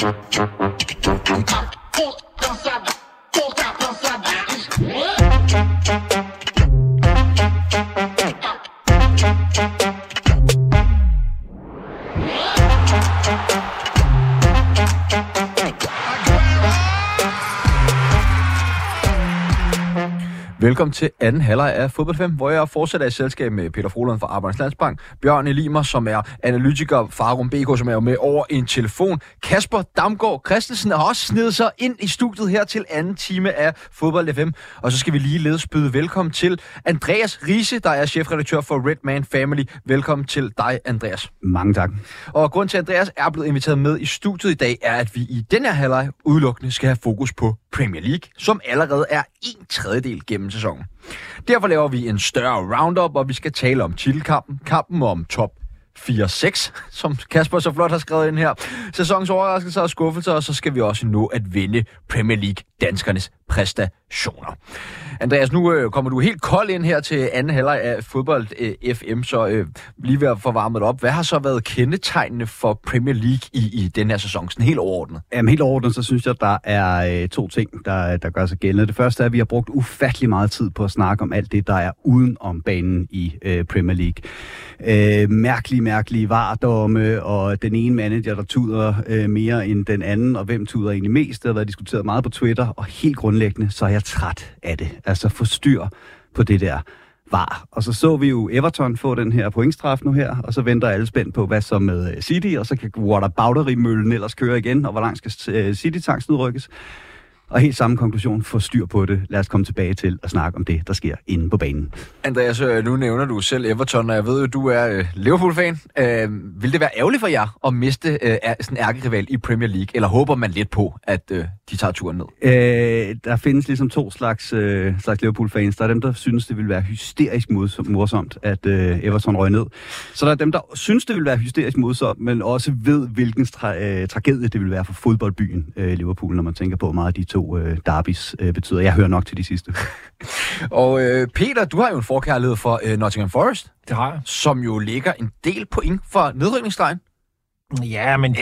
Velkommen til anden halvleg af Fodbold 5, hvor jeg fortsætter i selskab med Peter Frohlund fra Arbejdernes Landsbank, Bjørn Elimer, som er analytiker, Farum BK, som er med over en telefon. Kasper Damgaard Christensen har også snedet sig ind i studiet her til anden time af Fodbold FM. Og så skal vi ligeledes byde velkommen til Andreas Riese, der er chefredaktør for Red Man Family. Velkommen til dig, Andreas. Mange tak. Og grund til, at Andreas er blevet inviteret med i studiet i dag, er, at vi i den her halvleg udelukkende skal have fokus på Premier League, som allerede er 1/3 gennem sæsonen. Derfor laver vi en større roundup, og vi skal tale om titelkampen, kampen om top 4-6, som Kasper så flot har skrevet ind her, sæsonens overraskelser og skuffelser, og så skal vi også nå at vinde Premier League danskernes præstationer. Andreas, nu kommer du helt kold ind her til anden halvleg af Fodbold FM, så lige ved at få varmet op. Hvad har så været kendetegnende for Premier League i den her sæson, sådan helt overordnet? Jamen helt overordnet, så synes jeg, der er to ting, der gør sig gældende. Det første er, at vi har brugt ufattelig meget tid på at snakke om alt det, der er uden om banen i Premier League. Mærkelige VAR-domme, og den ene manager, der tuder mere end den anden, og hvem tuder egentlig mest. Det har været diskuteret meget på Twitter, og helt grundlæggende, så er jeg træt af det. Altså få styr på det der VAR. Og så vi jo Everton få den her pointstraf nu her, og så venter alle spændt på, hvad så med City, og så kan Whataboutery-møllen ellers køre igen, og hvor langt skal City-tanks udrykkes. Og helt samme konklusion, få styr på det. Lad os komme tilbage til at snakke om det, der sker inde på banen. Andreas, nu nævner du selv Everton, og jeg ved jo, du er Liverpool-fan. Vil det være ærgerligt for jer at miste sådan en ærkerival i Premier League, eller håber man lidt på, at de tager turen ned? Der findes ligesom to slags Liverpool-fans. Der er dem, der synes, det vil være hysterisk morsomt, at Everton røg ned. Så der er dem, der synes, det vil være hysterisk morsomt, men også ved, hvilken tragedie det vil være for fodboldbyen Liverpool, når man tænker på meget af de to derbys betyder. Jeg hører nok til de sidste. Og Peter, du har jo en forkærlighed for Nottingham Forest. Det har jeg. Som jo ligger en del point for nedrykningsstregen. Ja, men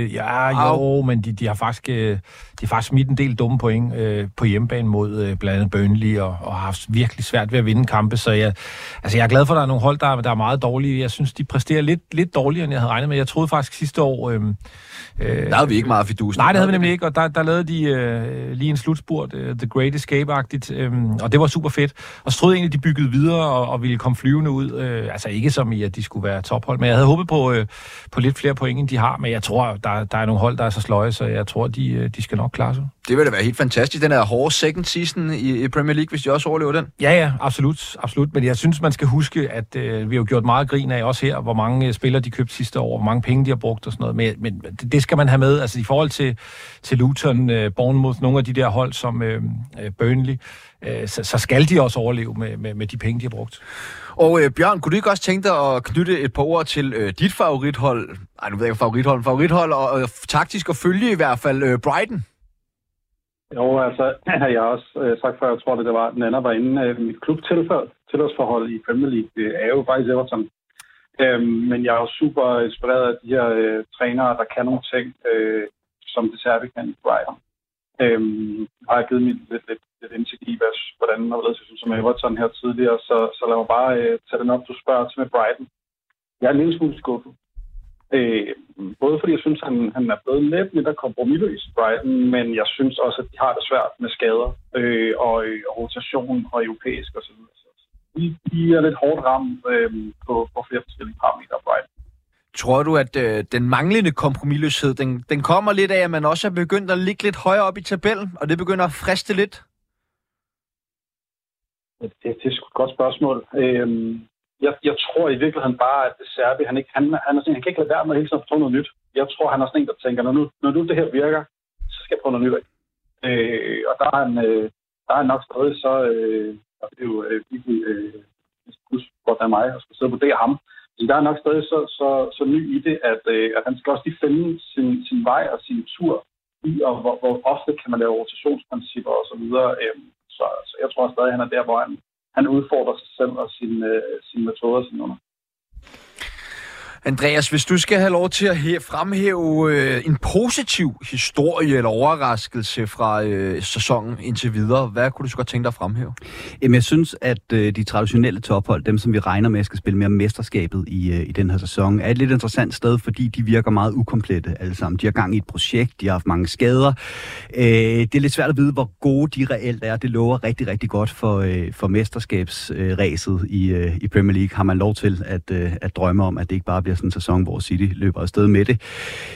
men de har faktisk smidt en del dumme point på hjemmebane mod blandt andet Burnley og har haft virkelig svært ved at vinde kampe, så jeg er glad for, at der er nogle hold, der er meget dårlige. Jeg synes, de præsterer lidt dårligere, end jeg havde regnet med. Jeg troede faktisk sidste år... der havde vi ikke meget fidus. Nej, det havde vi nemlig ikke, og der lavede de lige en slutspurt, The Great Escape-agtigt, og det var super fedt. Og så troede jeg egentlig, de byggede videre og ville komme flyvende ud. Altså ikke som i, at de skulle være tophold, men jeg havde håbet på lidt flere point, end de har. Men jeg tror, der er nogle hold, der er så sløje, så jeg tror, de skal nok klare sig. Det vil da være helt fantastisk, den her hårde second season i Premier League, hvis de også overlever den. Ja, absolut. Men jeg synes, man skal huske, at vi har gjort meget grin af også her, hvor mange spillere de købte sidste år, hvor mange penge de har brugt og sådan noget. Men det skal man have med. Altså i forhold til Luton, Bournemouth, nogle af de der hold som Burnley, så skal de også overleve med de penge, de har brugt. Og Bjørn, kunne du ikke også tænke dig at knytte et par ord til dit favorithold? Nej, nu ved jeg ikke favorithold og taktisk at følge i hvert fald Brighton? Jo, altså, jeg har også sagt før, jeg tror, det var den anden var inde. Mit klubtilhørsforhold i Premier League er jo faktisk Everton. Men jeg er jo super inspireret af de her trænere, der kan nogle ting, som det særligt kan i Brighton. Har jeg givet mig lidt indsigt i, hvordan man har lavet sig som Everton her tidligere, så lad mig bare tage den op, du spørger til med Brighton. Jeg er en lille smule skuffet. Både fordi jeg synes, han er blevet lidt mindre kompromisløs i Brighton, men jeg synes også, at de har det svært med skader og rotation og europæisk osv. De er lidt hårdt ramt på flere forskellige parametre af Brighton. Tror du, at den manglende kompromisløshed, den kommer lidt af, at man også er begyndt at ligge lidt højere op i tabellen, og det begynder at friste lidt? Det er sgu et godt spørgsmål. Jeg tror i virkeligheden bare, at det Serbi, han kan ikke lade være med hele tiden at prøve noget nyt. Jeg tror, han er sådan en, der tænker, når nu det her virker, så skal jeg prøve noget nyt. Og der er han nok stadig så... og det er jo virkelig godt af mig at skulle sidde og vurdere ham. Så der er nok stadig så ny i det, at han skal også lige finde sin vej og sin tur i, og hvor ofte kan man lave rotationsprincipper og så videre. Så jeg tror stadig, at han er der, hvor han udfordrer sig selv og sine metoder og sine under. Andreas, hvis du skal have lov til at fremhæve en positiv historie eller overraskelse fra sæsonen indtil videre, hvad kunne du så godt tænke dig at fremhæve? Jamen, jeg synes, at de traditionelle tophold, dem som vi regner med skal spille mere mesterskabet i den her sæson, er et lidt interessant sted, fordi de virker meget ukomplette alle sammen. De har gang i et projekt, de har haft mange skader. Det er lidt svært at vide, hvor gode de reelt er. Det lover rigtig, rigtig godt for mesterskabsræset i Premier League. Har man lov til at drømme om, at det ikke bare bliver sådan en sæson, hvor City løber afsted med det.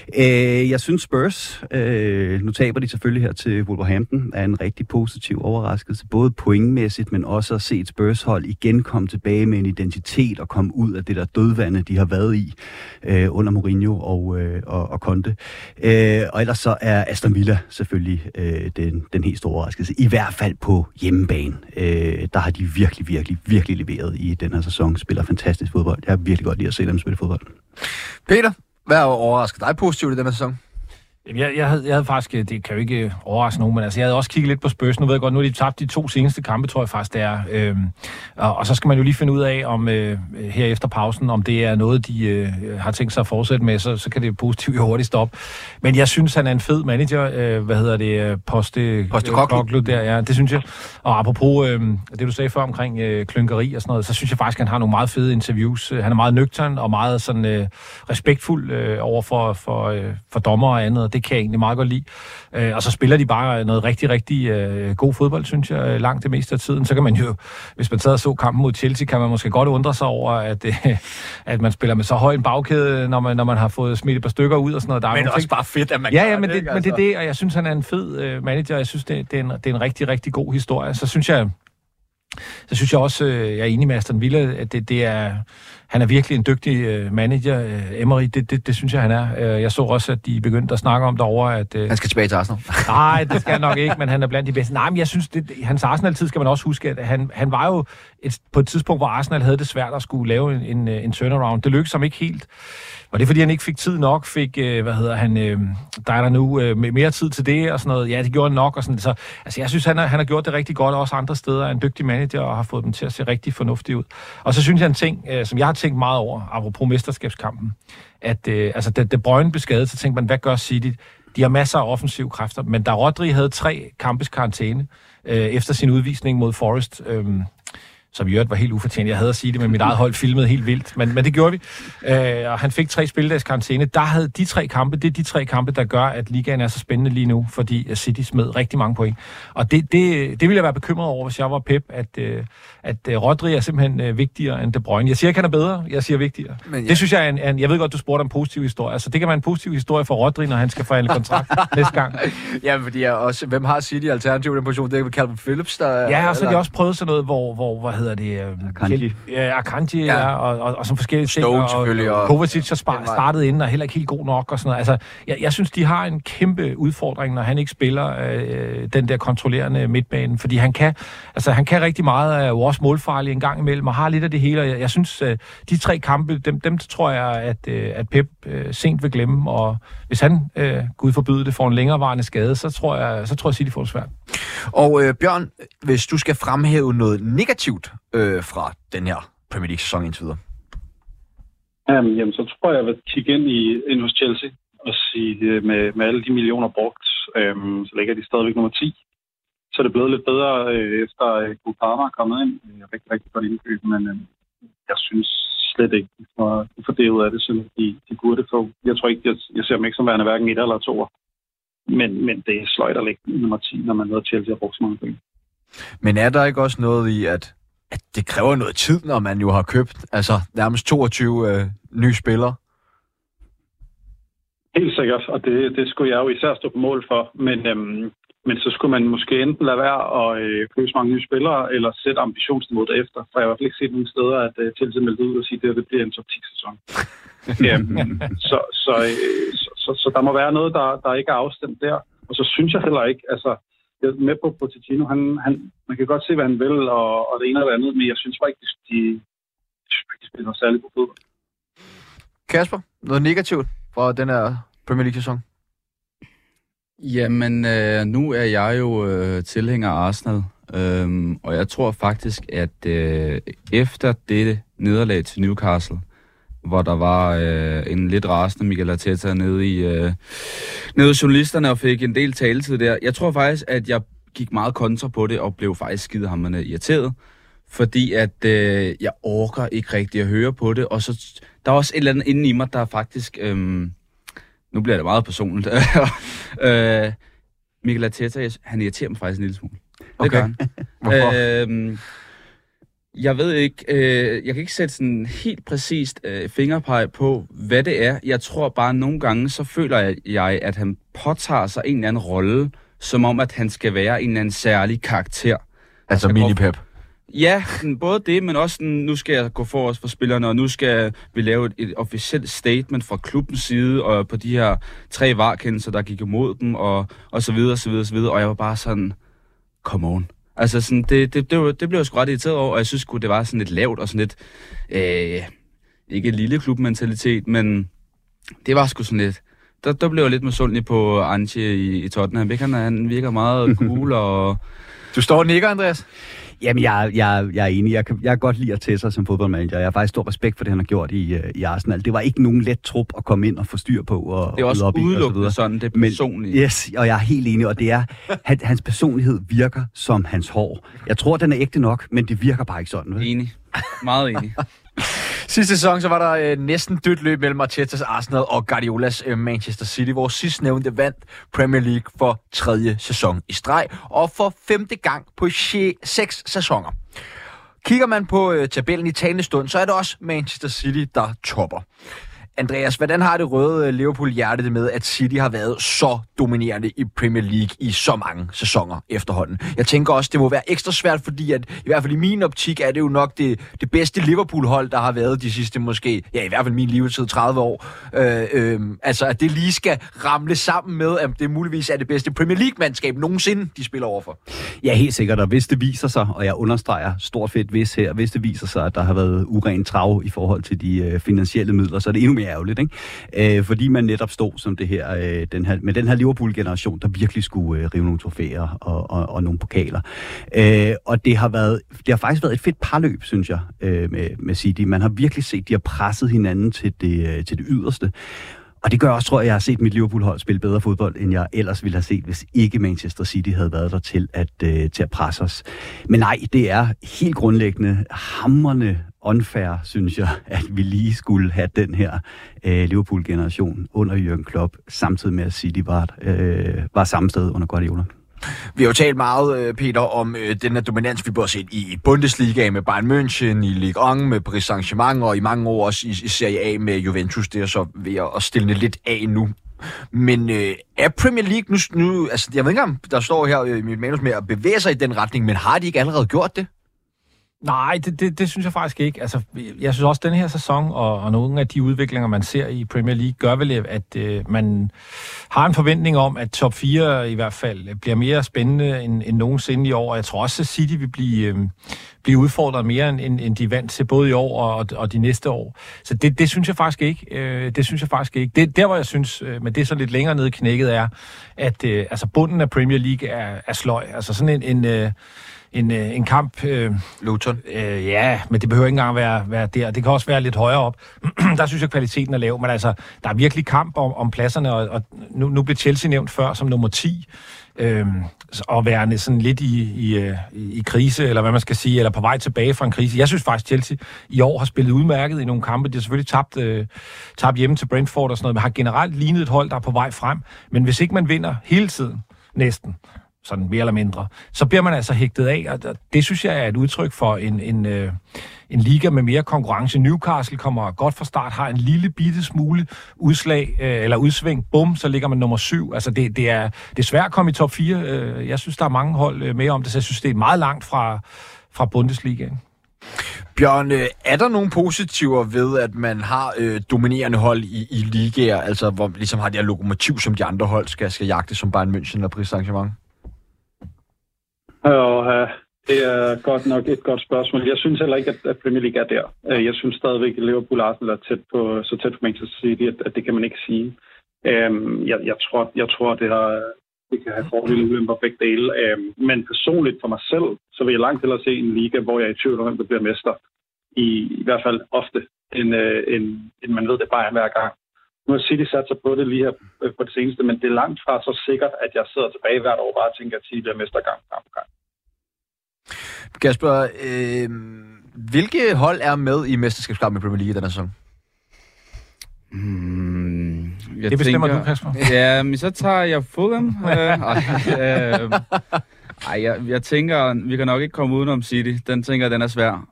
Jeg synes Spurs, nu taber de selvfølgelig her til Wolverhampton, er en rigtig positiv overraskelse, både pointmæssigt, men også at se et Spurs-hold igen komme tilbage med en identitet og komme ud af det der dødvande, de har været i under Mourinho og Conte. Og ellers så er Aston Villa selvfølgelig den helt store overraskelse. I hvert fald på hjemmebane. Der har de virkelig, virkelig, virkelig leveret i den her sæson. Spiller fantastisk fodbold. Jeg har virkelig godt lide at se dem spille fodbold. Peter, hvad har overrasket dig positivt i den her sæson? Jeg havde faktisk, det kan jo ikke overraske nogen, men altså, jeg havde også kigget lidt på Spurs. Nu ved jeg godt, nu har de tabt de 2 seneste kampe, tror jeg faktisk, det er. Og så skal man jo lige finde ud af, om her efter pausen, om det er noget, de har tænkt sig at fortsætte med, så kan det positivt jo hurtigt stoppe. Men jeg synes, han er en fed manager. Postecoglou der, ja, det synes jeg. Og apropos det, du sagde før omkring klynkeri og sådan noget, så synes jeg faktisk, han har nogle meget fede interviews. Han er meget nøgtern og meget sådan respektfuld over for dommer og andet. Det kan jeg egentlig meget godt lide. Og så spiller de bare noget rigtig, rigtig god fodbold, synes jeg, langt det meste af tiden. Så kan man jo, hvis man sad og så kampen mod Chelsea, kan man måske godt undre sig over, at man spiller med så høj en bagkæde, når man har fået smidt et par stykker ud og sådan noget. Der men også bare fedt, at man gør det. Men det er det, og jeg synes, han er en fed manager. Jeg synes, det er en rigtig, rigtig god historie. Så synes jeg også, jeg er enig med Aston Villa, at det er... Han er virkelig en dygtig manager, Emery. Det synes jeg, han er. Jeg så også, at de begyndte at snakke om derovre, at... Han skal tilbage til Arsenal. Nej, det skal han nok ikke, men han er blandt de bedste. Nej, men jeg synes, hans Arsenal-tid skal man også huske, at han var jo på et tidspunkt, hvor Arsenal havde det svært at skulle lave en turnaround. Det lykkedes ham ikke helt. Og det er, fordi han ikke fik tid nok, der er der nu mere tid til det og sådan noget. Ja, det gjorde han nok og sådan. Så altså, jeg synes, han har gjort det rigtig godt, også andre steder. Er en dygtig manager og har fået dem til at se rigtig fornuftigt ud. Og så synes jeg en ting, som jeg har tænkt meget over, apropos mesterskabskampen, at da De Bruyne blev skadet, så tænkte man, hvad gør City? De har masser af offensive kræfter, men da Rodri havde 3 kampes karantæne efter sin udvisning mod Forest, som i øvrigt var helt ufortjent. Jeg havde at sige det, men mit eget hold filmede helt vildt. Men det gjorde vi. Og han fik 3 spilledags karantæne. Der havde de 3 kampe, det er de 3 kampe, der gør, at ligaen er så spændende lige nu, fordi City smed rigtig mange point. Og det ville jeg være bekymret over, hvis jeg var Pep, at Rodri er simpelthen vigtigere end De Bruyne. Jeg siger ikke, han er bedre. Jeg siger vigtigere. Men, ja. Det synes jeg er jeg ved godt, du spurgte om positiv historie. Altså, det kan være en positiv historie for Rodri, når han skal forhandle kontrakt næste gang. Ja, fordi hvem har City alternativ i den position? Det er Calvin Phillips, der... Ja, og så har de også prøvet sådan noget, hvor hedder det? Akanji, ja. Og som forskellige ting. Stone, selvfølgelig. Og Kovacic har startet inden, og heller ikke helt god nok og sådan noget. Altså, jeg synes, de har en kæmpe udfordring, når han ikke spiller den der kontrollerende midtbane, fordi han kan rigtig meget, er også målfarlig en gang imellem, og har lidt af det hele. Jeg synes, de 3 kampe, dem tror jeg, at Pep sent vil glemme, og hvis han, Gud forbyde det, får en længerevarende skade, så tror jeg, City får det svært. Og Bjørn, hvis du skal fremhæve noget negativt fra den her Premier League-sæson indtil videre? Jamen, så tror jeg, at jeg vil kigge ind hos Chelsea og sige, med alle de millioner brugt, så ligger de stadigvæk nummer 10. Så er det blevet lidt bedre efter Kupama er kommet ind. Jeg er rigtig, rigtig godt indkøb, men jeg synes slet ikke, de får det ud af det, som de burde få. Jeg tror ikke, jeg ser dem ikke som værende hverken 1 eller 2. Men det er sløjt at lægge nummer 10, når man ved, at Chelsea har brugt så mange penge. Men er der ikke også noget i, at det kræver noget tid, når man jo har købt nærmest 22 nye spillere? Helt sikkert, og det skulle jeg jo især stå på mål for. Men så skulle man måske enten lade være at købe så mange nye spillere, eller sætte ambitionsniveauet efter. For jeg har i hvert fald ikke set nogen steder, at Chelsea meldte ud og sige, at det bliver en top 10-sæson. Så der må være noget, der ikke er afstemt der. Og så synes jeg heller ikke, jeg er med på Pochettino, man kan godt se, hvad han vil, og det ene og det andet, men jeg synes bare ikke, de spiller noget særligt på fodbold. Kasper, noget negativt fra den her Premier League-sæson? Jamen, nu er jeg jo tilhænger af Arsenal, og jeg tror faktisk, at efter dette nederlag til Newcastle, hvor der var en lidt rasende Mikel Arteta nede hos journalisterne og fik en del taletid der. Jeg tror faktisk, at jeg gik meget kontra på det og blev faktisk skidehamrende irriteret, fordi at jeg orker ikke rigtig at høre på det, og så der er også et eller andet inde i mig, der faktisk, nu bliver det meget personligt, Mikel Arteta, han irriterer mig faktisk en lille smule. Det gør han. Hvorfor? Jeg ved ikke, jeg kan ikke sætte sådan helt præcist fingerpeg på, hvad det er. Jeg tror bare, nogle gange, så føler jeg, at han påtager sig en eller anden rolle, som om, at han skal være en eller anden særlig karakter. Altså mini-Pep. Ja, både det, men også nu skal jeg gå for os for spillerne, og nu skal vi lave et officielt statement fra klubbens side, og på de her 3 VAR-kendelser, der gik imod dem, og så videre, så videre, så videre. Og jeg var bare sådan, come on. Altså, sådan, det blev jeg sgu ret irriteret over, og jeg synes det var sådan lidt lavt, og sådan lidt, ikke en lille klubmentalitet, men det var sgu sådan lidt, der blev jeg lidt misundelig på Anche i Tottenham. Han virker meget cool, og... Du står og nikker, Andreas? Jamen, jeg er enig. Jeg kan godt lide Arteta som fodboldmanager. Jeg har faktisk stor respekt for det, han har gjort i Arsenal. Det var ikke nogen let trup at komme ind og få styr på. Og det er også udelukkende sådan, det er personligt. Yes, og jeg er helt enig, og det er, at hans personlighed virker som hans hår. Jeg tror, den er ægte nok, men det virker bare ikke sådan. Vel? Enig. Meget enig. Sidste sæson så var der næsten dødt løb mellem Artetas Arsenal og Guardiolas Manchester City, hvor sidstnævnte vandt Premier League for 3. sæson i streg, og for 5. gang på 6 sæsoner. Kigger man på tabellen i talende stund, så er det også Manchester City, der topper. Andreas, hvordan har det røde Liverpool-hjerte det med, at City har været så dominerende i Premier League i så mange sæsoner efterhånden? Jeg tænker også, det må være ekstra svært, fordi at, i hvert fald i min optik er det jo nok det bedste Liverpool-hold, der har været de sidste måske, ja i hvert fald min levetid, 30 år. Altså at det lige skal ramle sammen med, at det muligvis er det bedste Premier League-mandskab nogensinde, de spiller overfor. Ja, helt sikkert, og hvis det viser sig, og jeg understreger stort fedt hvis her, hvis det viser sig, at der har været uren trav i forhold til de finansielle midler, så er det endnu mere ærgerligt, ikke? Fordi man netop stod som det her, med den her Liverpool-generation, der virkelig skulle rive nogle trofæer og nogle pokaler. Og det har faktisk været et fedt parløb, synes jeg, med City. Man har virkelig set, de har presset hinanden til det yderste. Og det gør også, tror jeg har set mit Liverpool-hold spille bedre fodbold, end jeg ellers ville have set, hvis ikke Manchester City havde været der til at presse os. Men nej, det er helt grundlæggende hamrende unfair, synes jeg, at vi lige skulle have den her Liverpool-generation under Jürgen Klopp, samtidig med at City var samme sted under Guardiola. Vi har jo talt meget, Peter, om den her dominans, vi både har set i Bundesliga med Bayern München, i Ligue 1 med Paris Saint-Germain, og i mange år også i Serie A med Juventus. Det er så ved at stille lidt af nu. Men er Premier League nu, altså jeg ved ikke om, der står her i mit manus med at bevæge sig i den retning, men har de ikke allerede gjort det? Nej, det synes jeg faktisk ikke. Altså, jeg synes også, at den her sæson og nogle af de udviklinger, man ser i Premier League, gør vel, at man har en forventning om, at top 4 i hvert fald bliver mere spændende end nogensinde i år. Jeg tror også, at City vil blive udfordret mere, end de er vant til, både i år og de næste år. Så det synes jeg faktisk ikke. Det synes jeg faktisk ikke. Det der, hvor jeg synes, men det er så lidt længere nede i knækket, er, at altså bunden af Premier League er sløj. Altså sådan en kamp... Luton? Ja, men det behøver ikke engang være der. Det kan også være lidt højere op. Der synes jeg, kvaliteten er lav, men altså, der er virkelig kamp om pladserne, og nu blev Chelsea nævnt før som nummer 10, og værende sådan lidt i krise, eller hvad man skal sige, eller på vej tilbage fra en krise. Jeg synes faktisk, Chelsea i år har spillet udmærket i nogle kampe. De har selvfølgelig tabt hjemme til Brentford og sådan noget, men har generelt lignet et hold, der er på vej frem. Men hvis ikke man vinder hele tiden, næsten, sådan mere eller mindre, så bliver man altså hægtet af, og det synes jeg er et udtryk for en liga med mere konkurrence. Newcastle kommer godt fra start, har en lille bitte smule udslag, eller udsving, bum, så ligger man nummer 7. Altså det er svært at komme i top 4. Jeg synes, der er mange hold med om det, så jeg synes, det er meget langt fra Bundesligaen. Bjørn, er der nogle positiver ved, at man har dominerende hold i ligaer, altså hvor ligesom har det her lokomotiv, som de andre hold skal jagte, som Bayern München eller Paris Saint-Germain? Det er godt nok et godt spørgsmål. Jeg synes heller ikke, at Premier League er der. Jeg synes stadigvæk, at Liverpool og Arsenal er så tæt på Manchester City, at det kan man ikke sige. Jeg tror, det kan have fordele og ulemper begge dele. Men personligt for mig selv, så vil jeg langt hellere se en liga, hvor jeg er i tvivl om, hvem der bliver mester. I hvert fald ofte. end man ved det bare hver gang. Nu har City sat sig på det lige her på det seneste, men det er langt fra så sikkert, at jeg sidder tilbage hvert år og bare tænker, at City bliver mester gang på gang. Kasper, hvilke hold er med i mesterskabskampen i Premier League i denne sæson? Det bestemmer du, Kasper. Ja, men så tager jeg Fulham. Jeg tænker, vi kan nok ikke komme udenom City. Den tænker den er svær.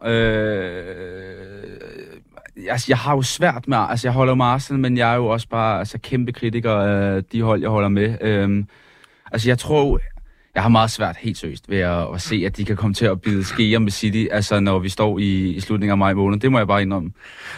Jeg har jo svært med, jeg holder med Arsenal, men jeg er jo også bare kæmpe kritiker af de hold, jeg holder med. Jeg tror, jeg har meget svært, helt seriøst, ved at se, at de kan komme til at bide skeer med City, når vi står i slutningen af maj måned. Det må jeg bare indrømme.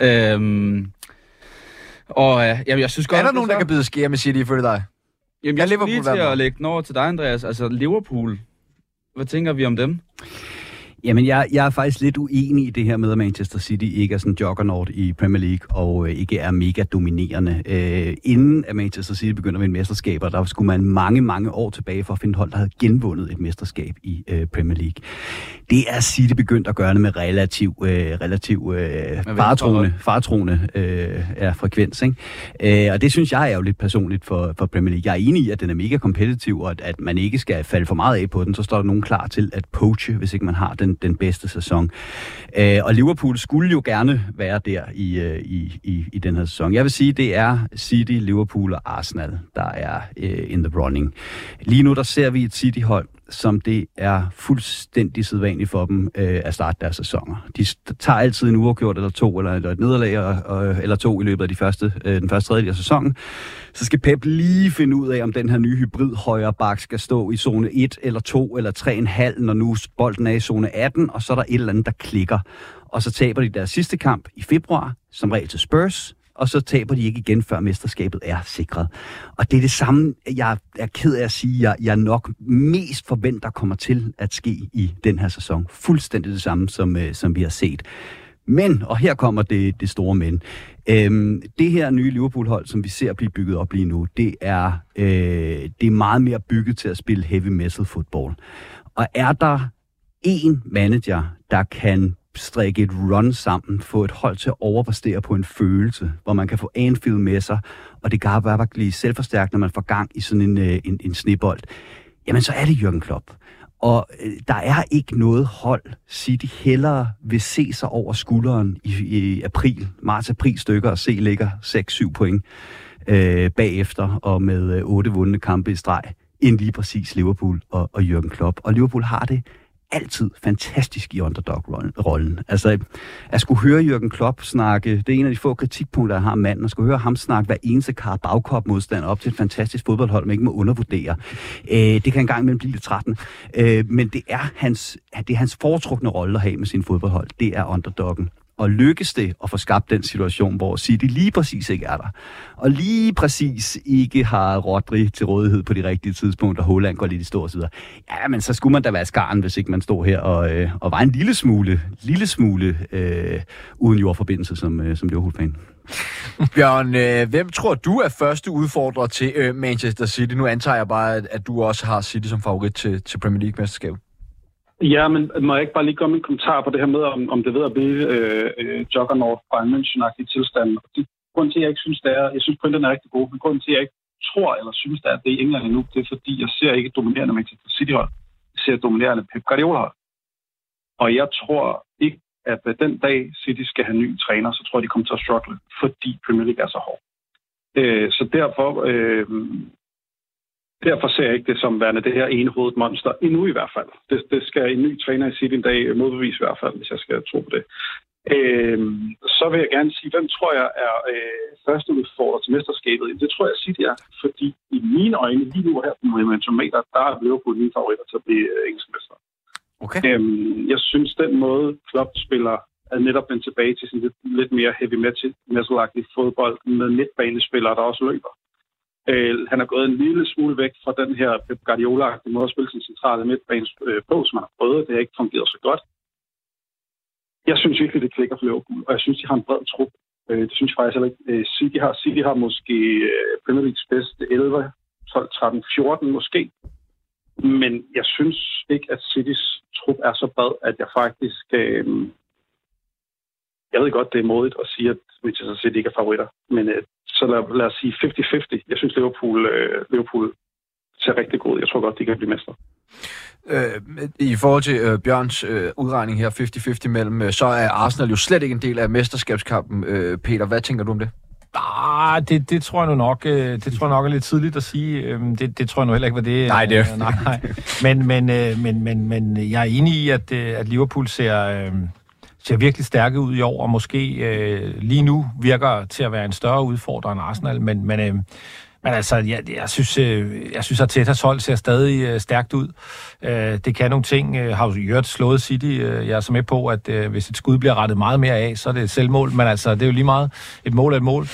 Jeg synes godt, er der nogen, der kan bide skeer med City ifølge dig? Jamen, jeg skal lige til at lægge den over til dig, Andreas. Liverpool. Hvad tænker vi om dem? Jamen, jeg er faktisk lidt uenig i det her med, at Manchester City ikke er sådan en juggernaut i Premier League, og ikke er mega dominerende. Inden at Manchester City begynder med en mesterskaber, der skulle man mange år tilbage for at finde hold, der havde genvundet et mesterskab i Premier League. Det er City begyndt at gøre det med relativ faretroende frekvens, ikke? Og det synes jeg er jo lidt personligt for Premier League. Jeg er enig i, at den er mega kompetitiv, og at man ikke skal falde for meget af på den. Så står der nogen klar til at poache, hvis ikke man har den bedste sæson. Og Liverpool skulle jo gerne være der i den her sæson. Jeg vil sige, det er City, Liverpool og Arsenal, der er in the running. Lige nu der ser vi et City-hold, som det er fuldstændig sædvanligt for dem at starte deres sæsoner. De tager altid en uafgjort eller to, eller et nederlag eller to i løbet af den første tredjedel af sæsonen. Så skal Pep lige finde ud af, om den her nye hybrid højre bak skal stå i zone 1 eller 2 eller 3,5, når nu bolden er i zone 18, og så er der et eller andet, der klikker. Og så taber de deres sidste kamp i februar, som regel til Spurs, og så taber de ikke igen, før mesterskabet er sikret. Og det er det samme, jeg er ked af at sige, jeg nok mest forventer kommer til at ske i den her sæson. Fuldstændig det samme, som vi har set. Men, og her kommer det store men. Det her nye Liverpool-hold, som vi ser blive bygget op lige nu, det er meget mere bygget til at spille heavy metal fodbold. Og er der en manager, der kan strikke et run sammen, få et hold til at overpræstere på en følelse, hvor man kan få Anfield med sig, og det kan bare blive selvforstærkt, når man får gang i sådan en snebold, jamen så er det Jürgen Klopp. Og der er ikke noget hold, City hellere vil se sig over skulderen i marts-april stykker, og se ligger 6-7 point bagefter, og med 8 vundne kampe i streg, end lige præcis Liverpool og Jürgen Klopp. Og Liverpool har det altid fantastisk i underdog-rollen. Altså, at skulle høre Jürgen Klopp snakke, det er en af de få kritikpunkter, jeg har om manden, at skulle høre ham snakke hver eneste Carabao-Cup-modstander op til et fantastisk fodboldhold, man ikke må undervurdere. Det kan engang imellem blive lidt trættende. Men det er hans foretrukne rolle at have med sin fodboldhold. Det er underdoggen. Og lykkes det at få skabt den situation, hvor City lige præcis ikke er der, og lige præcis ikke har Rodri til rådighed på de rigtige tidspunkter, og Haaland går lidt i stå og så videre, ja, men så skulle man da være skaren, hvis ikke man stod her og var en lille smule uden jordforbindelse som Liverpool-fan. Bjørn, hvem tror du er første udfordrer til Manchester City? Nu antager jeg bare, at du også har City som favorit til Premier League-mesterskabet. Ja, men må jeg ikke bare lige komme en kommentar på det her med, om det ved at blive juggernaut fra en München-agtig tilstand. Grunden til, at jeg ikke synes, det er, jeg synes, pointen er rigtig god, men grunden til, at jeg ikke tror eller synes, det er i England endnu, det er, fordi jeg ser ikke dominerende Manchester City-hold. Jeg ser dominerende Pep Guardiola-hold. Og jeg tror ikke, at den dag City skal have en ny træner, så tror jeg, de kommer til at struggle, fordi Premier League er så hård. Så derfor ser jeg ikke det som værende det her enehovedet monster, endnu i hvert fald. Det skal en ny træner i City en dag modbevise i hvert fald, hvis jeg skal tro på det. Så vil jeg gerne sige, hvem tror jeg er første udfordrer til mesterskabet? Det tror jeg City er, fordi i mine øjne lige nu her på momentometer, der er Liverpool mine favoritter til at blive engelsk mester. Okay. Jeg synes, den måde Klopp spiller er netop vendt tilbage til sin lidt mere heavy metal-agtig fodbold med midtbanespillere, der også løber. Han er gået en lille smule væk fra den her Pep Guardiola-agtige måde at spille sin centrale midtbane på, som han har prøvet. Det har ikke fungeret så godt. Jeg synes virkelig, det klikker for Liverpool, og jeg synes, de har en bred trup. Det synes jeg faktisk heller ikke. City har måske Premier Leagues bedste 11, 12, 13, 14 måske. Men jeg synes ikke, at Citys trup er så bred, at jeg faktisk jeg ved godt, det er modigt at sige, at Manchester City ikke er favoritter, men så lad os sige 50-50. Jeg synes, Liverpool ser rigtig god. Jeg tror godt, de kan blive mestre. I forhold til Bjørns udregning her, 50-50 mellem, så er Arsenal jo slet ikke en del af mesterskabskampen. Peter, hvad tænker du om det? Det tror jeg nu nok. Det tror jeg nok er lidt tidligt at sige. Det tror jeg nu heller ikke, hvad det er. Nej, det er nej. Men jeg er enig i, at Liverpool ser virkelig stærke ud i år, og måske lige nu virker til at være en større udfordrer end Arsenal. Men altså, jeg synes, at Artetas hold ser stadig stærkt ud. Det kan nogle ting. Har jo Jørgen slået City. Jeg er så med på, at hvis et skud bliver rettet meget mere af, så er det et selvmål. Men altså, det er jo lige meget. Et mål er et mål.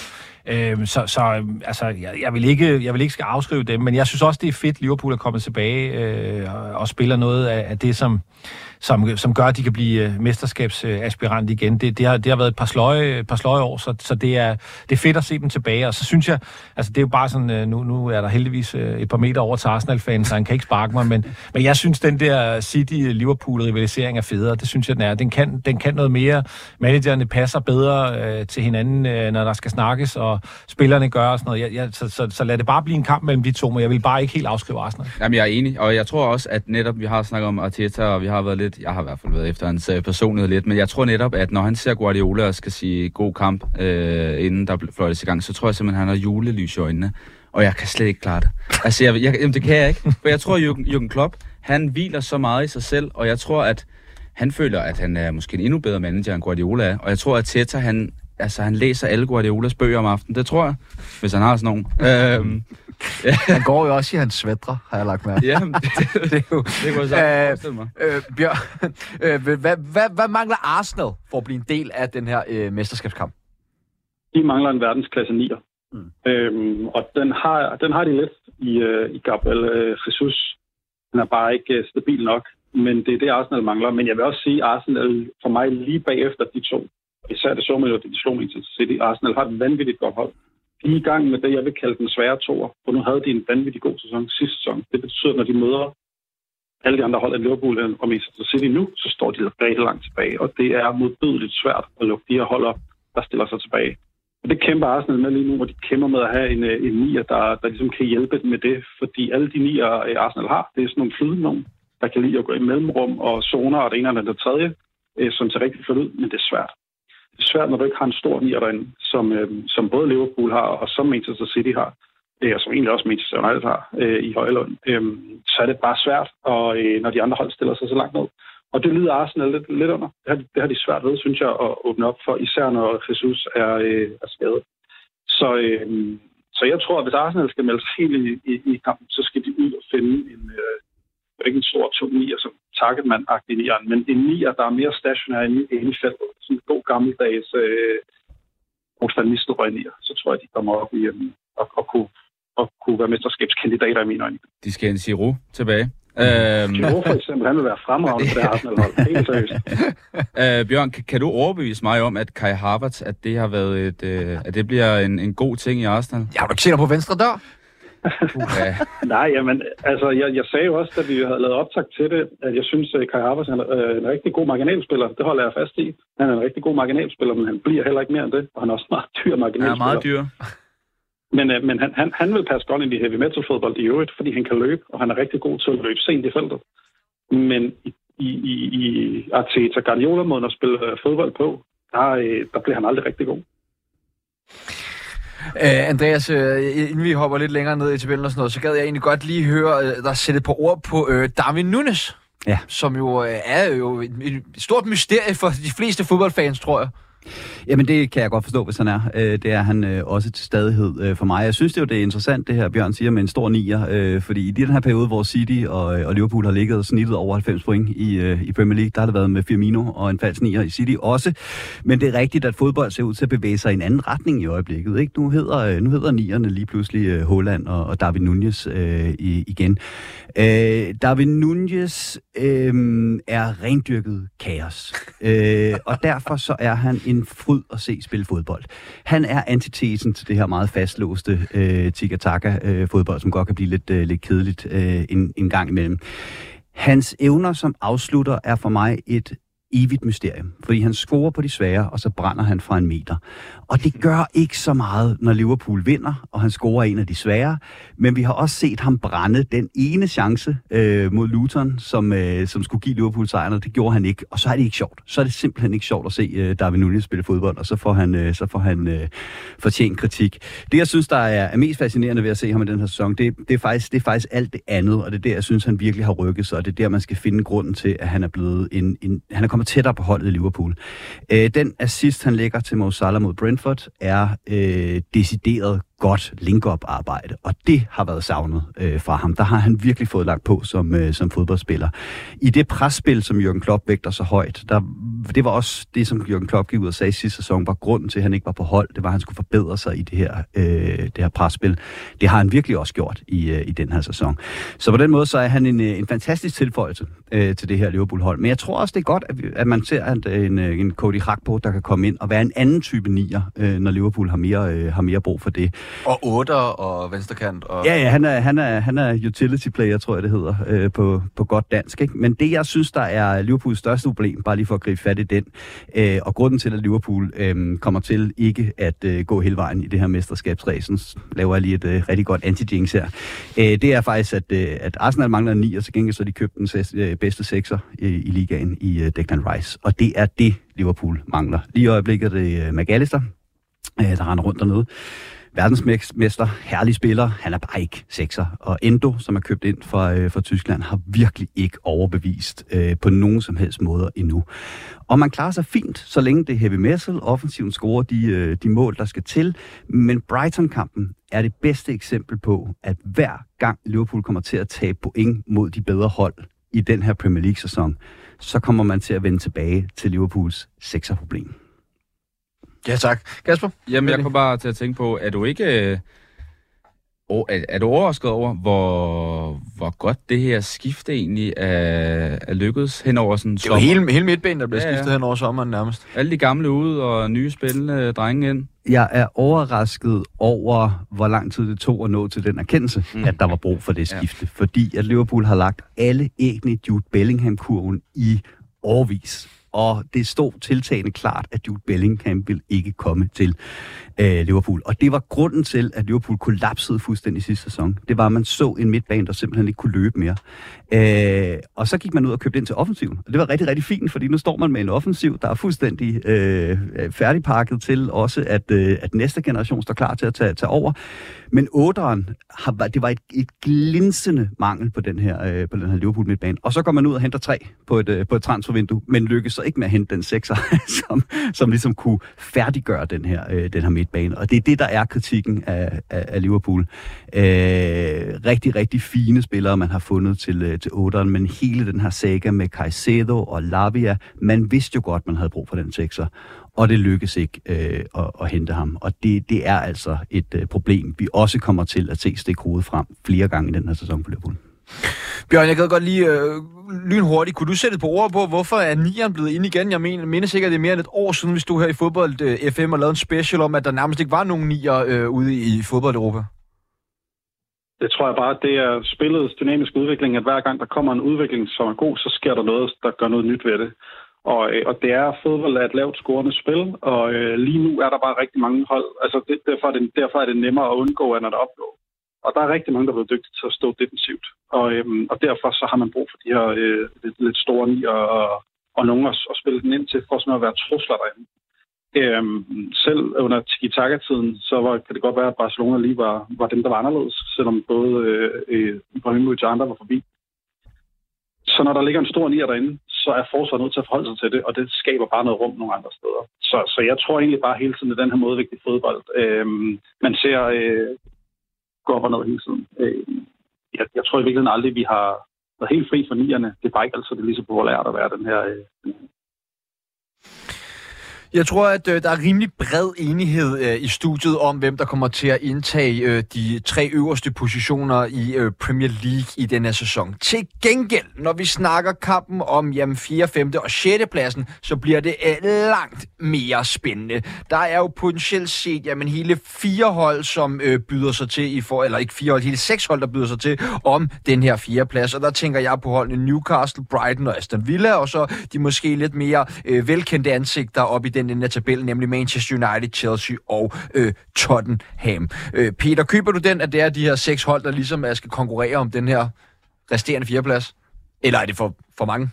Altså, jeg vil ikke skal afskrive dem, men jeg synes også, det er fedt, Liverpool er kommet tilbage og spiller noget af det, som gør, at de kan blive mesterskabsaspirant igen. Det har været et par sløje år, så det er fedt at se dem tilbage. Og så synes jeg, altså det er jo bare sådan, nu er der heldigvis et par meter over til Arsenal-fanen, så han kan ikke sparke mig, men jeg synes, den der City-Liverpool-rivalisering er federe. Det synes jeg, den er. Den kan noget mere. Managerne passer bedre til hinanden, når der skal snakkes, og spillerne gør og sådan noget. Så lad det bare blive en kamp mellem de to, men jeg vil bare ikke helt afskrive Arsenal. Jamen, jeg er enig, og jeg tror også, at netop vi har snakket om Arteta, og vi har været lidt, jeg har i hvert fald været efter hans personlighed lidt, men jeg tror netop, at når han ser Guardiola og skal sige god kamp, inden der fløjtes i gang, så tror jeg simpelthen, at han har julelys i øjnene, og jeg kan slet ikke klare det. Altså, jamen, det kan jeg ikke, for jeg tror, Jürgen Klopp, han hviler så meget i sig selv, og jeg tror, at han føler, at han er måske en endnu bedre manager, end Guardiola er, og jeg tror, at Arteta, han læser alle Guardiolas bøger om aftenen, det tror jeg, hvis han har sådan nogen. Han går jo også i hans svætre, har jeg lagt mærke. Ja, det kunne jeg forestille mig. Bjørn, hvad mangler Arsenal for at blive en del af den her mesterskabskamp? De mangler en verdensklasse 9'er. Og den har de lidt i Gabriel Jesus. Den er bare ikke stabil nok, men det er det, Arsenal mangler. Men jeg vil også sige, at Arsenal for mig lige bagefter de to, især det så med, at de slog Manchester City. Arsenal har et vanvittigt godt hold. De er i gang med det, jeg vil kalde den svære toer, for nu havde de en vanvittig god sæson sidste sæson. Det betyder, at når de møder alle de andre hold af Liverpool og Manchester City nu, så står de rigtig langt tilbage, og det er modbydeligt svært at lukke de her hold op, der stiller sig tilbage. Og det kæmper Arsenal med lige nu, hvor de kæmper med at have en nier, der ligesom kan hjælpe med det, fordi alle de nier, Arsenal har, det er sådan nogle flydende nogen, der kan lide at gå i mellemrum og zoner, og det ene eller det tredje, som ser rigtig fedt ud, men det er svært. Det er svært, når du ikke har en stor nier derinde, som både Liverpool har, og som Manchester City har, og som egentlig også Manchester United har i Højlund. Så er det bare svært, og når de andre hold stiller sig så langt ned. Og det lider Arsenal lidt under. Det har de svært ved, synes jeg, at åbne op for, især når Jesus er skadet. Så jeg tror, at hvis Arsenal skal melde sig helt i kampen, så skal de ud og finde ikke en stor 2-9'er som targetman-agtig ni'eren, men en ni'er, der er mere stationær inde i feltet. Sådan en god gammeldags Nistelrøj-ni'er. Så tror jeg, de kommer op i at kunne være mesterskabskandidater i mine øjne. De skal en Giroud tilbage. Giroud for eksempel, han vil være fremragende på det Arsenal-hold. Helt seriøst. Bjørn, kan du overbevise mig om, at Kai Havertz, at det har været at det bliver en god ting i Arsenal? Ja, du ikke ser på venstre dør? Nej, jamen, altså, jeg sagde jo også, da vi havde lavet optakt til det, at jeg synes, at Kai Havertz er en rigtig god marginalspiller. Det holder jeg fast i. Han er en rigtig god marginalspiller, men han bliver heller ikke mere end det. Og han er også meget dyr marginalspiller. Han er meget dyr. Men han vil passe godt ind i heavy metal fodbold i øvrigt, fordi han kan løbe, og han er rigtig god til at løbe sent i feltet. Men i Arteta Guardiola-måden at spille fodbold på, der bliver han aldrig rigtig god. Andreas, inden vi hopper lidt længere ned i tabellen og sådan noget, så gad jeg egentlig godt lige høre dig sætte på ord på Darwin Núñez, som jo er et stort mysterie for de fleste fodboldfans, tror jeg. Jamen det kan jeg godt forstå, hvis han er. Det er han også til stadighed for mig. Jeg synes det er interessant, det her Bjørn siger med en stor nier, fordi i den her periode, hvor City og Liverpool har ligget snittet over 90 point i Premier League, der har det været med Firmino og en falsk nier i City også. Men det er rigtigt, at fodbold ser ud til at bevæge sig i en anden retning i øjeblikket. Ikke? Nu hedder nierne lige pludselig Haaland og Darwin Núñez igen. Darwin Núñez er rendyrket kaos, og derfor så er han en fryd at se spille fodbold. Han er antitesen til det her meget fastlåste tiki-taka-fodbold, som godt kan blive lidt kedeligt en gang imellem. Hans evner som afslutter er for mig et evigt mysterium, fordi han scorer på de svære, og så brænder han fra 1 meter. Og det gør ikke så meget, når Liverpool vinder, og han scorer en af de svære, men vi har også set ham brænde den ene chance mod Luton, som skulle give Liverpool sejren, og det gjorde han ikke, og så er det ikke sjovt. Så er det simpelthen ikke sjovt at se Darwin Núñez spille fodbold, og så får han fortjent kritik. Det, jeg synes, der er mest fascinerende ved at se ham i den her sæson, det er faktisk alt det andet, og det er der, jeg synes, han virkelig har rykket sig, og det er der, man skal finde grunden til, at han er blevet han er kommet tættere på holdet i Liverpool. Den assist, han lægger til Mo Salah mod Brentford, er decideret godt link-up-arbejde, og det har været savnet fra ham. Der har han virkelig fået lagt på som fodboldspiller. I det presspil, som Jürgen Klopp vægter så højt, det var også det, som Jürgen Klopp gik ud og sagde sidste sæson, var grunden til, at han ikke var på hold. Det var, at han skulle forbedre sig i det her presspil. Det har han virkelig også gjort i den her sæson. Så på den måde, så er han en fantastisk tilføjelse til det her Liverpool-hold. Men jeg tror også, det er godt, at man ser en Cody Gakpo, der kan komme ind og være en anden type nier, når Liverpool har mere brug for det. Og 8 og venstrekant. Og... Ja, han er utility player, tror jeg det hedder, på godt dansk. Ikke? Men det, jeg synes, der er Liverpools største problem, bare lige for at gribe fat i den, og grunden til, at Liverpool kommer til ikke at gå hele vejen i det her mesterskabsræsen, laver jeg lige et rigtig godt anti-jinx her, det er faktisk, at Arsenal mangler en 9, og til gengæld så de købt den bedste 6'er i ligaen i Declan Rice. Og det er det, Liverpool mangler. Lige i øjeblikket er det McAllister, der render rundt dernede. Verdensmester, herlig spiller, han er bare ikke 6'er. Og Endo, som er købt ind fra Tyskland, har virkelig ikke overbevist på nogen som helst måder endnu. Og man klarer sig fint, så længe det er heavy metal, offensiven scorer de mål, der skal til. Men Brighton-kampen er det bedste eksempel på, at hver gang Liverpool kommer til at tabe point mod de bedre hold i den her Premier League-sæson, så kommer man til at vende tilbage til Liverpools 6'er-problem. Ja, tak. Kasper? Jamen, jeg kommer bare til at tænke på, er du ikke... Er du overrasket over, hvor godt det her skifte egentlig er lykkedes hen over sådan en sommer? Det er jo hele midtbanen, der bliver skiftet hen over sommeren nærmest. Alle de gamle ude og nye spillende drenge ind. Jeg er overrasket over, hvor lang tid det tog at nå til den erkendelse, at der var brug for det skifte. Ja. Fordi at Liverpool har lagt alle æggene i Jude Bellingham-kurven i årevis. Og det stod tiltagende klart, at Jude Bellingham ville ikke komme til Liverpool. Og det var grunden til, at Liverpool kollapsede fuldstændig sidste sæson. Det var, at man så en midtbane, der simpelthen ikke kunne løbe mere. Og så gik man ud og købte ind til offensiven. Og det var rigtig, rigtig fint, fordi nu står man med en offensiv, der er fuldstændig færdigpakket til også, at næste generation står klar til at tage over. Men 8'eren, det var et glinsende mangel på den her Liverpool midtbane. Og så går man ud og henter 3 på et transfervindue, men lykkes så ikke med at hente den 6'er, som ligesom kunne færdiggøre den her midtbane. Og det er det, der er kritikken af Liverpool. Rigtig, rigtig fine spillere, man har fundet til 8'eren, men hele den her saga med Caicedo og Lavia, man vidste jo godt, man havde brug for den 6'er. Og det lykkes ikke at hente ham. Og det er altså et problem, vi også kommer til at se stikke hovedet frem flere gange i den her sæson på Liverpool. Bjørn, jeg gad godt lige lynhurtigt. Kunne du sætte på ord på, hvorfor er 9'eren blevet ind igen? Jeg mener sikkert, det er mere end et år siden, vi stod her i fodbold FM og lavede en special om, at der nærmest ikke var nogen 9'er ude i fodbold-Europa. Det tror jeg bare, det er spillets dynamiske udvikling, at hver gang der kommer en udvikling, som er god, så sker der noget, der gør noget nyt ved det. Og det er fodbold af et lavt scorende spil, og lige nu er der bare rigtig mange hold. Altså derfor er det nemmere at undgå, end at opnå. Og der er rigtig mange, der er blevet dygtige til at stå defensivt. Og derfor så har man brug for de her lidt store nier og nogen at spille den ind til, for sådan at være trusler derinde. Selv under Tiki-Taka-tiden, så kan det godt være, at Barcelona lige var dem, der var anderledes, selvom både Ibrahimovic og andre var forbi. Så når der ligger en stor nier derinde, så er forsvaret nødt til at forholde sig til det, og det skaber bare noget rum nogle andre steder. Så jeg tror egentlig bare hele tiden, at den her modvægtige fodbold, man ser gå op og ned hele tiden. Jeg tror i virkeligheden aldrig, vi har været helt fri for nierne. Det er bare ikke altid, det er lige så populært at være den her. Jeg tror, at der er rimelig bred enighed i studiet om, hvem der kommer til at indtage de 3 øverste positioner i Premier League i denne sæson. Til gengæld, når vi snakker kampen om 4., 5. og 6. pladsen, så bliver det langt mere spændende. Der er jo potentielt set hele 4 hold, som byder sig til, eller ikke 4 hold, hele 6 hold, der byder sig til om den her 4. plads. Og der tænker jeg på holdene Newcastle, Brighton og Aston Villa, og så de måske lidt mere velkendte ansigter op i den her tabel, nemlig Manchester United, Chelsea og Tottenham. Peter, køber du den, at det er de her 6 hold, der ligesom skal konkurrere om den her resterende 4. plads? Eller er det for mange?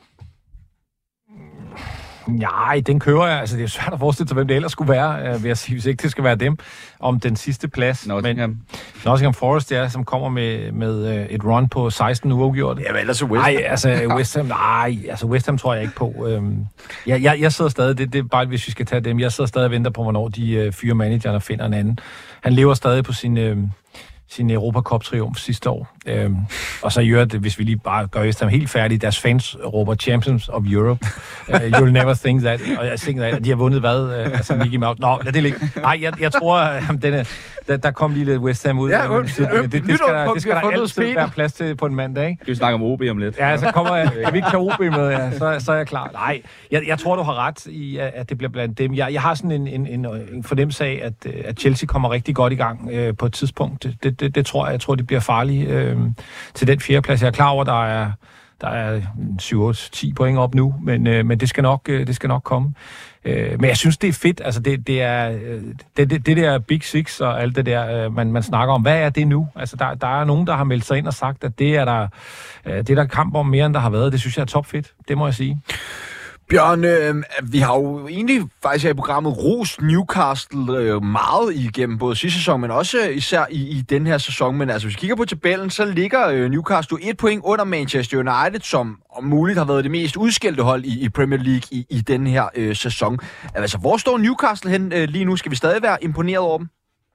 Nej, den kører jeg. Altså, det er svært at forestille sig, hvem det ellers skulle være, vil jeg sige, hvis ikke det skal være dem, om den sidste plads. Nottingham Forest, det er, som kommer med et run på 16 uafgjort. Ja, men ellers West Ham. West Ham tror jeg ikke på. Jeg sidder stadig, det er bare, hvis vi skal tage dem, jeg sidder stadig og venter på, hvornår de fyrer manageren og finder en anden. Han lever stadig på sin Europa Cup-triumf sidste år. Og så gør det, hvis vi lige bare gør West Ham helt færdige, deres fans råber Champions of Europe. You'll never think that. Og jeg tænker, at de har vundet hvad? Mickey Mouse. Nå, lad det ligge. Nej, jeg tror, der kom lige lidt West Ham ud. Ja, det skal der altid være plads til på en mandag, ikke? Skal vi snakke om OB om lidt? Ja, så kommer jeg. Kan vi ikke tage OB med, så er jeg klar. Nej, jeg tror, du har ret i, at det bliver blandt dem. Jeg har sådan en fornemmelse af, at Chelsea kommer rigtig godt i gang på et tidspunkt. Det tror jeg. Jeg tror, de bliver farlige til den 4. plads. Jeg er klar over, der er 7-8-10 point op nu, men det skal nok komme. Men jeg synes, det er fedt. Altså, det er det der Big Six og alt det der, man snakker om. Hvad er det nu? Altså, der er nogen, der har meldt sig ind og sagt, at det er der kamp om mere, end der har været. Det synes jeg er topfedt. Det må jeg sige. Bjørn, vi har jo egentlig faktisk her i programmet rost Newcastle meget igennem både sidste sæson, men også især i den her sæson. Men altså, hvis vi kigger på tabellen, så ligger Newcastle 1 point under Manchester United, som om muligt har været det mest udskældte hold i Premier League i den her sæson. Altså, hvor står Newcastle hen lige nu? Skal vi stadig være imponeret over dem?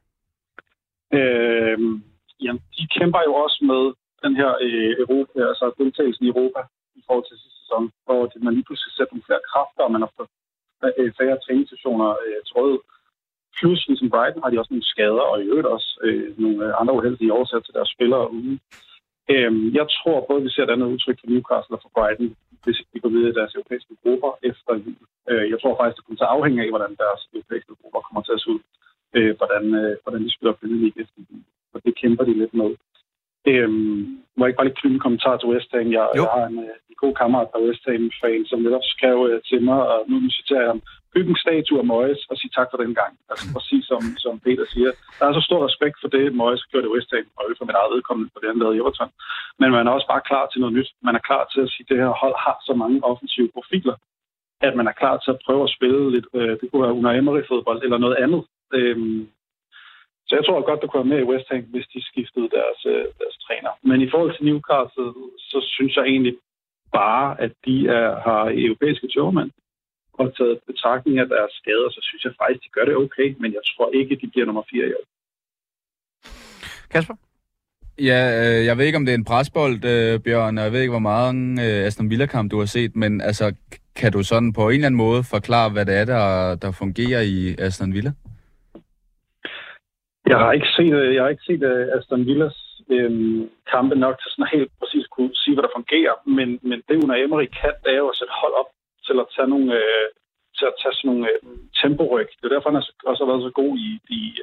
Jamen, de kæmper jo også med den her Europa, altså deltagelsen i Europa i forhold til sidste sæson, hvor man lige pludselig sætter nogle flere kræfter, og man har fået færre træningssessioner trådet. Plus, ligesom Brighton, har de også nogle skader, og i øvrigt også nogle andre uheldige årsager til deres spillere ude. Jeg tror både, vi ser et andet udtryk for Newcastle og for Brighton, hvis vi går videre i deres europæiske grupper efter jul. Jeg tror faktisk, det kommer til at afhænge af, hvordan deres europæiske grupper kommer til at se ud. Hvordan de spiller Premier League efter jul. Og det kæmper de lidt med. Må jeg ikke bare lige knytte en kommentar til West Ham? Jeg har en god kammerat, der er West Ham-fan, som netop skrev til mig, og nu citerer jeg ham, bygge en statue af Moyes og sige tak for den gang. Altså præcis som Peter siger. Der er så stor respekt for det, Moyes gjorde i West Ham, og for mit eget vedkommende for det, han lavede i Everton. Men man er også bare klar til noget nyt. Man er klar til at sige, at det her hold har så mange offensive profiler, at man er klar til at prøve at spille lidt, det kunne være Unai Emery-fodbold eller noget andet. Så jeg tror godt, der kunne være med i West Ham, hvis de skiftede deres træner. Men i forhold til Newcastle, så synes jeg egentlig bare, at de har europæiske tørmænd. Og taget betragtning af deres skader, så synes jeg faktisk, de gør det okay. Men jeg tror ikke, de bliver nummer 4 i år. Kasper? Ja, jeg ved ikke, om det er en presbold, Bjørn, og jeg ved ikke, hvor meget Aston Villa-kamp du har set, men altså, kan du sådan på en eller anden måde forklare, hvad det er, der fungerer i Aston Villa? Jeg har ikke set Aston Villas kampe nok til sådan helt præcis kunne sige, hvad der fungerer. Men det Unai Emery kan, det er jo at sætte hold op til at tage sådan nogle temporyk. Det er derfor, han også har været så god i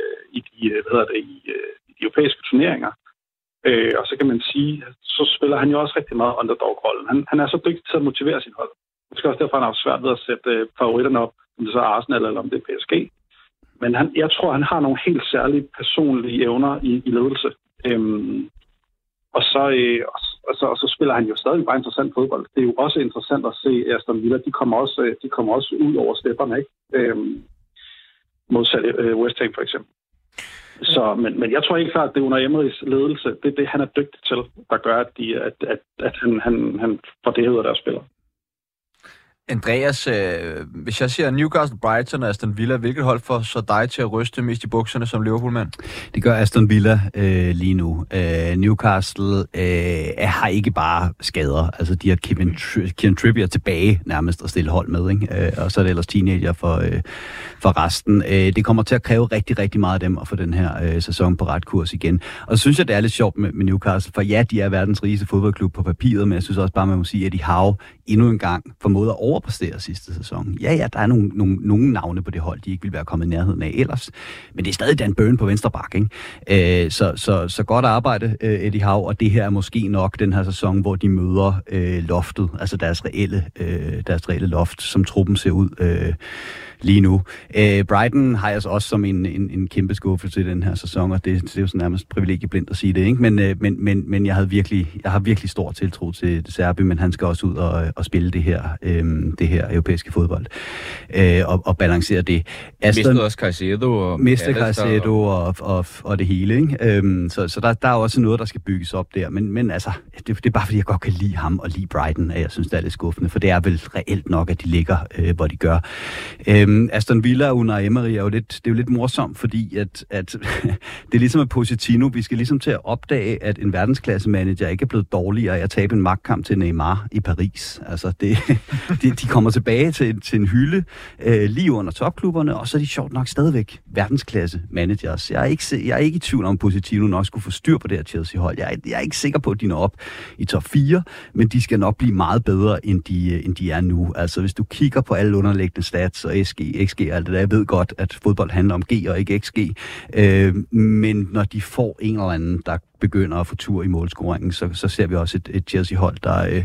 de europæiske turneringer. Og så kan man sige, så spiller han jo også rigtig meget underdog-rollen. Han er så dygtig til at motivere sit hold. Det skal også derfor, han har svært ved at sætte favoritterne op, om det så er Arsenal eller om det er PSG. Men jeg tror, han har nogle helt særlige personlige evner i ledelse. Og så spiller han jo stadig bare interessant fodbold. Det er jo også interessant at se Aston Villa. De kommer også ud over stepperne, ikke? Modsat West Ham for eksempel. Så, men jeg tror ikke klart, at det er under Emerys ledelse. Det er det, han er dygtig til, der gør, at han får det ud af deres spillere. Andreas, hvis jeg siger Newcastle, Brighton og Aston Villa, hvilket hold får så dig til at ryste mest i bukserne som Liverpool-mand? Det gør Aston Villa lige nu. Newcastle har ikke bare skader. Altså, de har Kieran Trippier tilbage nærmest at stille hold med, ikke? Og så er det ellers teenager for resten. Det kommer til at kræve rigtig, rigtig meget af dem at få den her sæson på ret kurs igen. Og så synes jeg, det er lidt sjovt med Newcastle, for ja, de er verdens rigeste fodboldklub på papiret, men jeg synes også bare, man må sige, at de har endnu en gang formåede at overpræstere sidste sæson. Ja, der er nogle navne på det hold, de ikke vil være kommet i nærheden af ellers. Men det er stadig Dan Burn på venstre bak, ikke? Så godt arbejde, Eddie Howe, og det her er måske nok den her sæson, hvor de møder loftet, altså deres reelle loft, som truppen ser ud lige nu. Brighton har jeg så også som en kæmpe skuffelse i den her sæson, og det er jo sådan nærmest privilegieblindt at sige det, ikke? Men jeg har virkelig stor tiltro til Serbi, men han skal også ud og spille det her europæiske fodbold og balancere det. Mistede også Caicedo og det hele, ikke? Så der er også noget, der skal bygges op der, men altså, det er bare fordi, jeg godt kan lide ham og lide Brighton, at jeg synes, det er lidt skuffende, for det er vel reelt nok, at de ligger, hvor de gør. Aston Villa og Unai Emery er jo lidt morsomt, fordi at det er ligesom med Pochettino. Vi skal ligesom til at opdage, at en verdensklasse manager ikke er blevet dårligere af at tabe en magtkamp til Neymar i Paris. Altså, de kommer tilbage til en hylde lige under topklubberne, og så er de sjovt nok stadigvæk verdensklasse managers. Jeg er ikke i tvivl om, Pochettino nok skulle få styr på det her Chelsea-hold. Jeg er ikke sikker på, at de når op i top 4, men de skal nok blive meget bedre, end de er nu. Altså, hvis du kigger på alle underliggende stats og XG og alt det der, jeg ved godt, at fodbold handler om G og ikke XG, men når de får en eller anden, der begynder at få tur i målscoringen, så ser vi også et Chelsea-hold,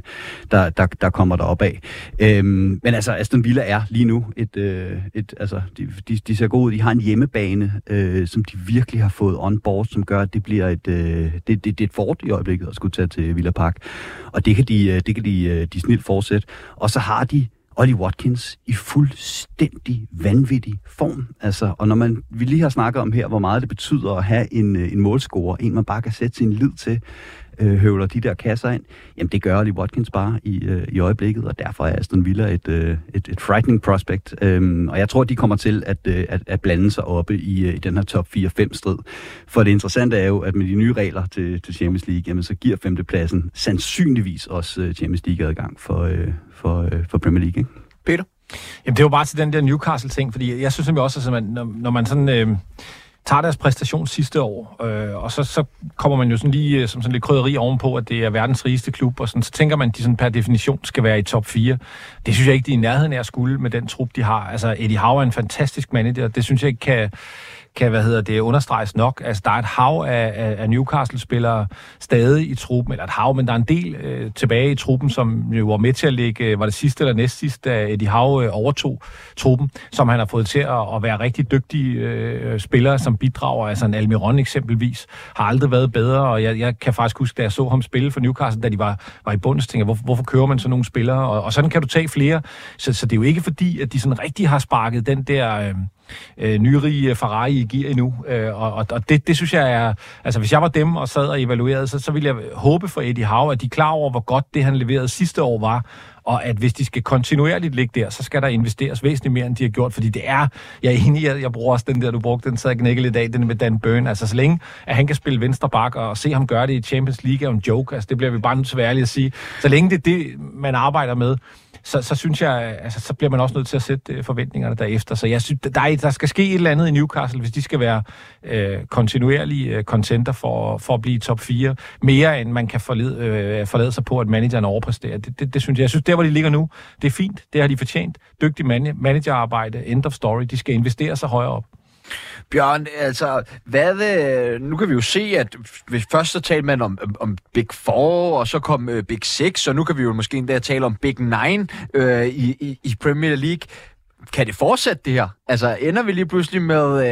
der kommer derop af. Men altså, Aston Villa er lige nu altså, de ser gode ud. De har en hjemmebane, som de virkelig har fået on board, som gør, at det bliver et fort i øjeblikket at skulle tage til Villa Park. Og det kan de snilt fortsætte. Og så har de Ollie Watkins i fuldstændig vanvittig form. Altså, og vi lige har snakket om her, hvor meget det betyder at have en målscorer, en man bare kan sætte sin lid til, høvler de der kasser ind, jamen det gør Ollie Watkins bare i øjeblikket, og derfor er Aston Villa et frightening prospect. Og jeg tror, de kommer til at blande sig oppe i den her top 4-5 strid. For det interessante er jo, at med de nye regler til Champions League, jamen så giver 5. pladsen sandsynligvis også Champions League-adgang for Premier League, ikke? Peter? Jamen det er jo bare til den der Newcastle-ting, fordi jeg synes nemlig også, at når man sådan tager deres præstation sidste år, og så kommer man jo sådan lige som sådan lidt krydderi ovenpå, at det er verdens rigeste klub, og sådan, så tænker man, at de sådan per definition skal være i top 4. Det synes jeg ikke, de er i nærheden af at skulle med den trup, de har. Altså, Eddie Howe er en fantastisk manager, det synes jeg ikke kan understreges nok. Altså, der er et hav af Newcastle-spillere stadig i truppen, eller et hav, men der er en del tilbage i truppen, som jo var med til at ligge, var det sidste eller næstsidste, da Eddie Howe overtog truppen, som han har fået til at være rigtig dygtige spillere, som bidrager. Altså en Almiron eksempelvis har aldrig været bedre, og jeg kan faktisk huske, da jeg så ham spille for Newcastle, da de var i bunden, så tænkte jeg, hvorfor kører man så nogle spillere? Og sådan kan du tage flere. Så det er jo ikke fordi, at de sådan rigtig har sparket den der nyrige Ferrari i gear endnu, og det synes jeg er, altså hvis jeg var dem og sad og evaluerede, så ville jeg håbe for Eddie Howe, at de er klar over, hvor godt det han leverede sidste år var, og at hvis de skal kontinuerligt ligge der, så skal der investeres væsentligt mere, end de har gjort, fordi det er, jeg er enig i, jeg bruger også den der, du brugte den, så jeg knækker lidt af, den med Dan Burn, altså så længe, at han kan spille venstre bak, og se ham gøre det i Champions League er en joke, altså det bliver vi bare nødt til at være ærlige at sige, så længe det er det, man arbejder med, så synes jeg, altså så bliver man også nødt til at sætte forventningerne derefter. Så jeg synes, der skal ske et eller andet i Newcastle, hvis de skal være kontinuerlige contender for at blive top 4. Mere end man kan forlade sig på, at manageren overpræsterer. Det synes jeg. Jeg synes, der hvor de ligger nu, det er fint. Det har de fortjent. Dygtig managerarbejde. End of story. De skal investere sig højere op. Bjørn, altså, nu kan vi jo se, at først så talte man om Big Four, og så kom Big Six, og nu kan vi jo måske endda tale om Big Nine i Premier League. Kan det fortsætte det her? Altså, ender vi lige pludselig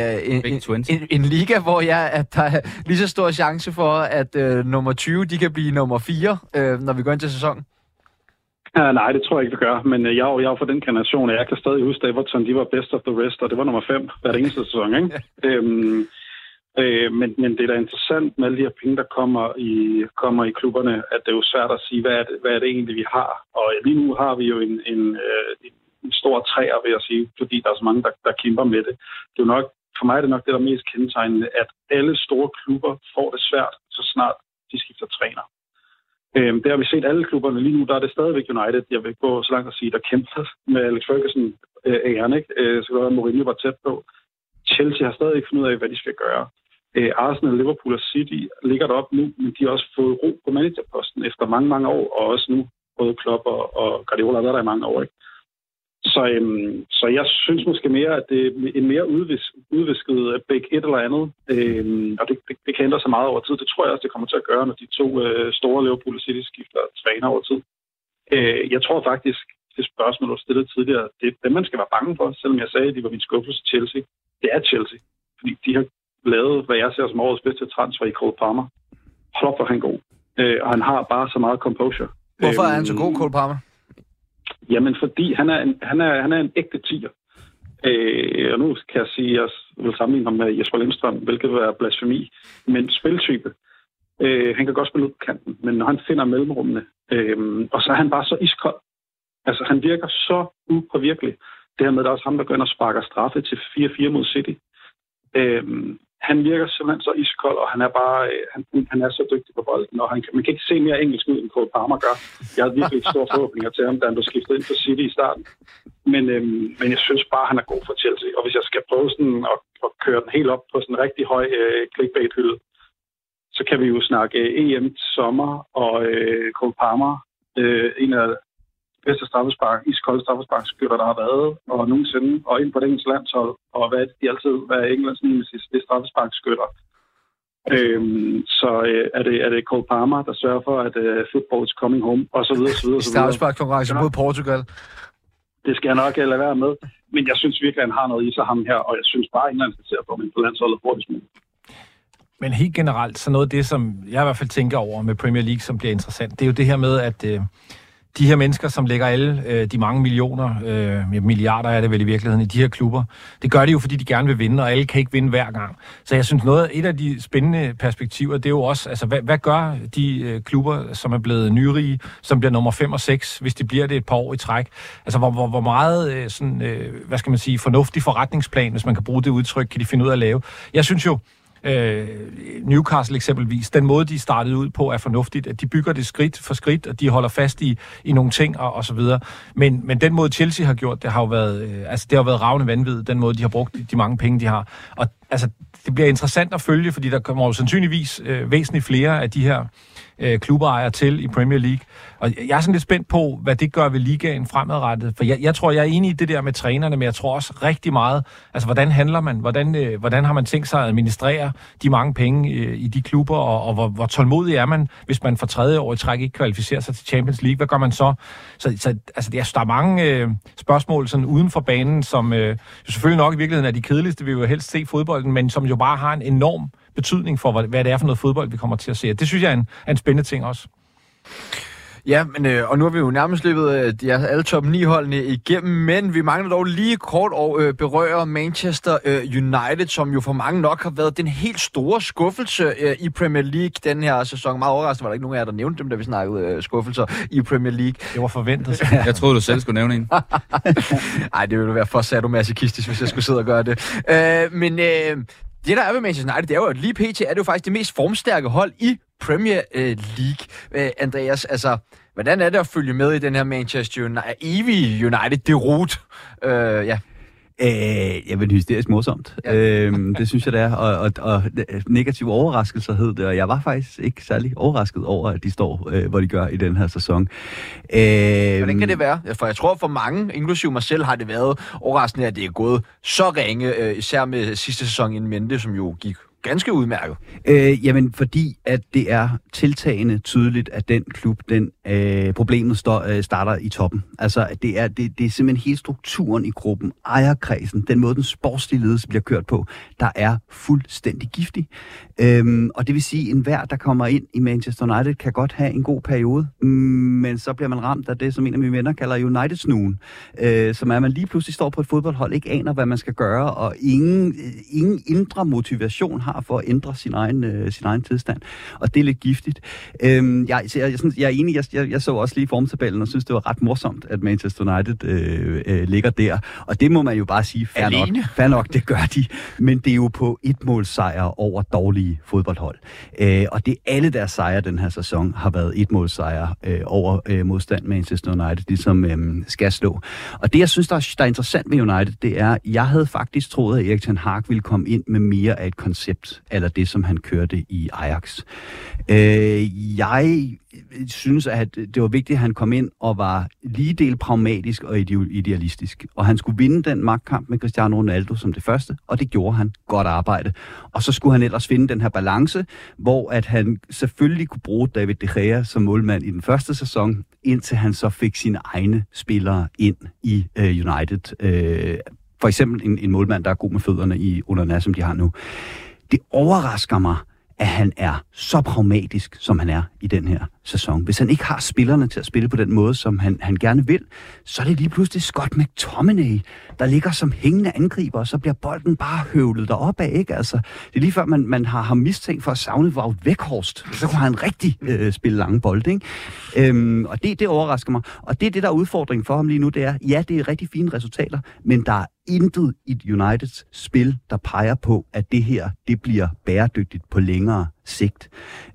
med en liga, hvor at der er lige så stor chance for, at nummer 20, de kan blive nummer 4, når vi går ind til sæsonen? Nej, det tror jeg ikke, vi gør. Men jeg er jo fra den generation, og jeg kan stadig huske, at Everton, de var best of the rest, og det var nummer 5 hver eneste sæson, ikke? Men det er da interessant med alle de her penge, der kommer i klubberne, at det er jo svært at sige, hvad er det egentlig, vi har. Og lige nu har vi jo en stor træer, vil jeg sige, fordi der er så mange, der kæmper med det. Det er jo nok, for mig er det nok det, der er mest kendetegnende, at alle store klubber får det svært, så snart de skifter træner. Det har vi set alle klubberne. Lige nu der er det stadigvæk United. Jeg vil gå så langt at sige, der kæmper med Alex Ferguson æren, ikke? Så godt, Mourinho var tæt på. Chelsea har stadig ikke fundet ud af, hvad de skal gøre. Arsenal, Liverpool og City ligger deroppe nu, men de har også fået ro på managerposten efter mange, mange år, og også nu både Klopp og Guardiola har været der i mange år, ikke? Så jeg synes måske mere, at det er en mere udvisket begge et eller andet, og det kan ændre sig meget over tid. Det tror jeg også, det kommer til at gøre, når de to store Liverpool og City skifter træner over tid. Jeg tror faktisk, det spørgsmål, du stillede tidligere, det er dem, man skal være bange for, selvom jeg sagde, at de var min skuffelse til Chelsea. Det er Chelsea, fordi de har lavet, hvad jeg ser som årets bedste transfer i Cole Palmer. Hold op, hvor han god. Og han har bare så meget composure. Hvorfor er han så god, Cole Palmer? Jamen, fordi han er en ægte tiger. Og nu kan jeg sige, at jeg vil sammenligne ham med Jesper Lindstrøm, hvilket vil være blasfemi. Men spiltype. Han kan godt spille ud på kanten, men når han finder mellemrummene, og så er han bare så iskold. Altså, han virker så upåvirkelig. Det her med, der er også ham, der går ind og sparker straffe til 4-4 mod City. Han virker simpelthen så iskold, og han er bare han er så dygtig på bolden, og man kan ikke se mere engelsk ud, end Cole Palmer gør. Jeg havde virkelig store forhåbninger til ham, da han blev skiftet ind for City i starten. Men jeg synes bare, han er god for Chelsea, og hvis jeg skal prøve sådan at køre den helt op på sådan en rigtig høj clickbait-hylde, så kan vi jo snakke EM til sommer, og Cole Palmer, en af bedste straffespark, iskolde straffesparkskytter, der har været, og nogensinde, og ind på det engelske landshold, og hvad er Englands det straffesparkskytter. Så er det Cole Palmer, der sørger for, at football is coming home, og så videre, så videre. Straffesparkskonkurrence mod Portugal. Det skal jeg nok lade være med, men jeg synes virkelig, at han har noget i sig, ham her, og jeg synes bare, at England skal se på min på landsholdet hurtigst muligt. Men helt generelt, så noget af det, som jeg i hvert fald tænker over med Premier League, som bliver interessant, det er jo det her med, at de her mennesker, som lægger alle de mange milliarder er det vel i virkeligheden, i de her klubber, det gør de jo, fordi de gerne vil vinde, og alle kan ikke vinde hver gang. Så jeg synes, et af de spændende perspektiver, det er jo også, altså hvad gør de klubber, som er blevet nyrige, som bliver nummer 5 og 6, hvis de bliver det et par år i træk? Altså hvor meget hvad skal man sige, fornuftig forretningsplan, hvis man kan bruge det udtryk, kan de finde ud af at lave? Jeg synes jo, Newcastle eksempelvis, den måde, de startede ud på, er fornuftigt, at de bygger det skridt for skridt, og de holder fast i nogle ting og så videre. Men den måde, Chelsea har gjort, det har jo været ravne vanvid, den måde, de har brugt de mange penge, de har. Og altså, det bliver interessant at følge, fordi der kommer jo sandsynligvis væsentligt flere af de her klubejere til i Premier League. Og jeg er sådan lidt spændt på, hvad det gør ved ligaen fremadrettet. For jeg tror, jeg er enig i det der med trænerne, men jeg tror også rigtig meget, altså hvordan handler man? Hvordan har man tænkt sig at administrere de mange penge i de klubber, og hvor tålmodig er man, hvis man for tredje år i træk ikke kvalificerer sig til Champions League? Hvad gør man så? Så altså, der er mange spørgsmål sådan uden for banen, som selvfølgelig nok i virkeligheden er de kedeligste, vi vil jo helst se fodbolden, men som jo bare har en enorm betydning for, hvad det er for noget fodbold, vi kommer til at se. Det synes jeg er en spændende ting også. Ja, men, og nu har vi jo nærmest løbet alle top 9-holdene igennem, men vi mangler dog lige kort og berøre Manchester United, som jo for mange nok har været den helt store skuffelse i Premier League den her sæson. Meget overraskende var der ikke nogen af jer, der nævnte dem, da vi snakkede skuffelser i Premier League. Det var forventet. Jeg troede, du selv skulle nævne en. Nej, det ville være for sadomasochistisk, hvis jeg skulle sidde og gøre det. Men det, der er ved Manchester United, det er jo, at lige pt. Er det jo faktisk det mest formstærke hold i Premier League. Andreas, altså, hvordan er det at følge med i den her Manchester evige United-derot? Ja. Jamen, hysterisk morsomt. Ja. Det synes jeg, det er. Og negative overraskelser hed det, og jeg var faktisk ikke særlig overrasket over, at de står, hvor de gør i den her sæson. Hvordan kan det være? For jeg tror, for mange, inklusive mig selv, har det været overraskende, at det er gået så ringe, især med sidste sæson in mente, som jo gik ganske udmærket. Jamen, fordi at det er tiltagende tydeligt, at den klub, problemet starter i toppen. Altså, det er simpelthen hele strukturen i gruppen, ejerkredsen, den måde, den sportslige ledelse bliver kørt på, der er fuldstændig giftig. Og det vil sige, at enhver, der kommer ind i Manchester United, kan godt have en god periode, men så bliver man ramt af det, som en af mine venner kalder United-snuen, som er, at man lige pludselig står på et fodboldhold, ikke aner, hvad man skal gøre, og ingen indre motivation har for at ændre sin egen tilstand. Og det er lidt giftigt. Jeg er enig, jeg så også lige formtabellen og synes, det var ret morsomt, at Manchester United ligger der. Og det må man jo bare sige, fair nok, det gør de. Men det er jo på 1-målsejr over dårlige fodboldhold. Og det alle deres sejre den her sæson har været 1-målsejre over modstand Manchester United, ligesom skal slå. Og det, jeg synes, der er interessant med United, det er, jeg havde faktisk troet, at Erik ten Hag ville komme ind med mere af et koncept, eller det, som han kørte i Ajax. Jeg synes, at det var vigtigt, at han kom ind og var lige del pragmatisk og idealistisk. Og han skulle vinde den magtkamp med Cristiano Ronaldo som det første, og det gjorde han. Godt arbejde. Og så skulle han ellers finde den her balance, hvor at han selvfølgelig kunne bruge David De Gea som målmand i den første sæson, indtil han så fik sine egne spillere ind i United. For eksempel en målmand, der er god med fødderne i Onana, som de har nu. Det overrasker mig, at han er så pragmatisk, som han er i den her sæson. Hvis han ikke har spillerne til at spille på den måde, som han gerne vil, så er det lige pludselig Scott McTominay, der ligger som hængende angriber, og så bliver bolden bare høvlet derop af, ikke? Altså, det er lige før, man har ham mistænkt for at savne Wout Weghorst. Så kunne han rigtig spille lange bolde, ikke? Og det overrasker mig. Og det er det, der er udfordringen for ham lige nu, det er, ja, det er rigtig fine resultater, men der er intet i Uniteds spil, der peger på, at det her, det bliver bæredygtigt på længere sigt.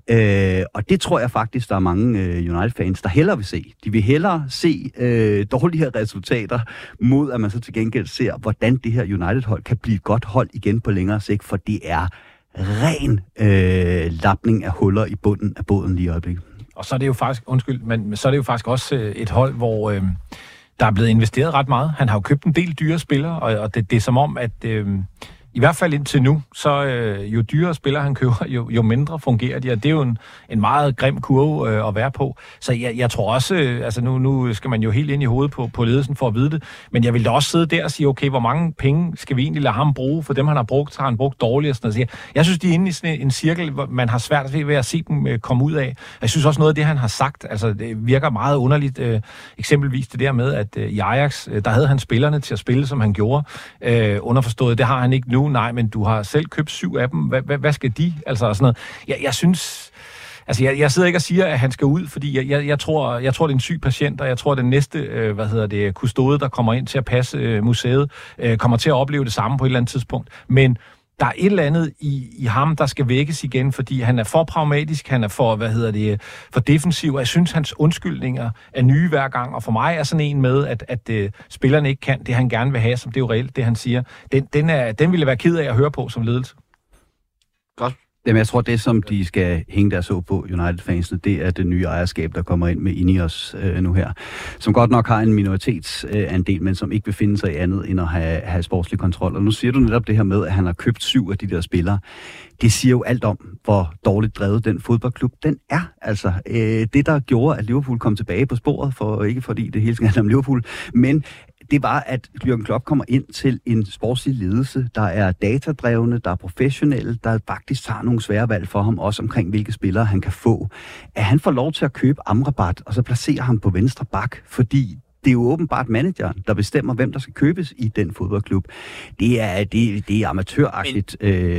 Og det tror jeg faktisk, der er mange United-fans, der hellere vil se. De vil hellere se dårlige resultater, mod at man så til gengæld ser, hvordan det her United-hold kan blive et godt hold igen på længere sigt, for det er ren lapning af huller i bunden af båden lige i øjeblikket. Og så er det jo faktisk, men så er det jo faktisk også et hold, hvor der er blevet investeret ret meget. Han har jo købt en del dyre spillere, og det er som om, at i hvert fald indtil nu, så jo dyrere spillere han køber, jo mindre fungerer de, og det er jo en meget grim kurve at være på. Så jeg tror også, altså nu skal man jo helt ind i hovedet på ledelsen for at vide det, men jeg vil da også sidde der og sige, okay, hvor mange penge skal vi egentlig lade ham bruge, for dem han har brugt, har han brugt dårligt og sådan noget. Jeg synes, de er inde i sådan en cirkel, hvor man har svært ved at se dem komme ud af. Jeg synes også noget af det, han har sagt, altså det virker meget underligt. Eksempelvis det der med, at i Ajax, der havde han spillerne til at spille, som han gjorde. Underforstået, det har han ikke nu. Nej, men du har selv købt 7 af dem. Hvad skal de? Altså sådan noget. Jeg synes... Altså, jeg sidder ikke og siger, at han skal ud, fordi jeg tror, det er en syg patient, og jeg tror, at den næste, kustode, der kommer ind til at passe museet, kommer til at opleve det samme på et eller andet tidspunkt. Men der er et eller andet i ham, der skal vækkes igen, fordi han er for pragmatisk, han er for, for defensiv, og jeg synes, hans undskyldninger er nye hver gang, og for mig er sådan en med, at spillerne ikke kan det, han gerne vil have, som det er jo reelt, det han siger. Den ville være ked af at høre på som ledelse. Godt. Jamen, jeg tror, det som de skal hænge deres så på, United-fansene, det er det nye ejerskab, der kommer ind med Ineos nu her. Som godt nok har en minoritetsandel, men som ikke vil finde sig i andet end at have sportslig kontrol. Og nu siger du netop det her med, at han har købt 7 af de der spillere. Det siger jo alt om, hvor dårligt drevet den fodboldklub den er. Altså, det der gjorde, at Liverpool kom tilbage på sporet, ikke fordi det hele skal handle om Liverpool, men det var, at Jürgen Klopp kommer ind til en sportslig ledelse, der er datadrevne, der er professionelle, der faktisk tager nogle svære valg for ham, også omkring hvilke spillere han kan få. At han får lov til at købe Amrabat, og så placerer ham på venstre bak, fordi det er jo åbenbart manageren, der bestemmer, hvem der skal købes i den fodboldklub. Det er amatøragtigt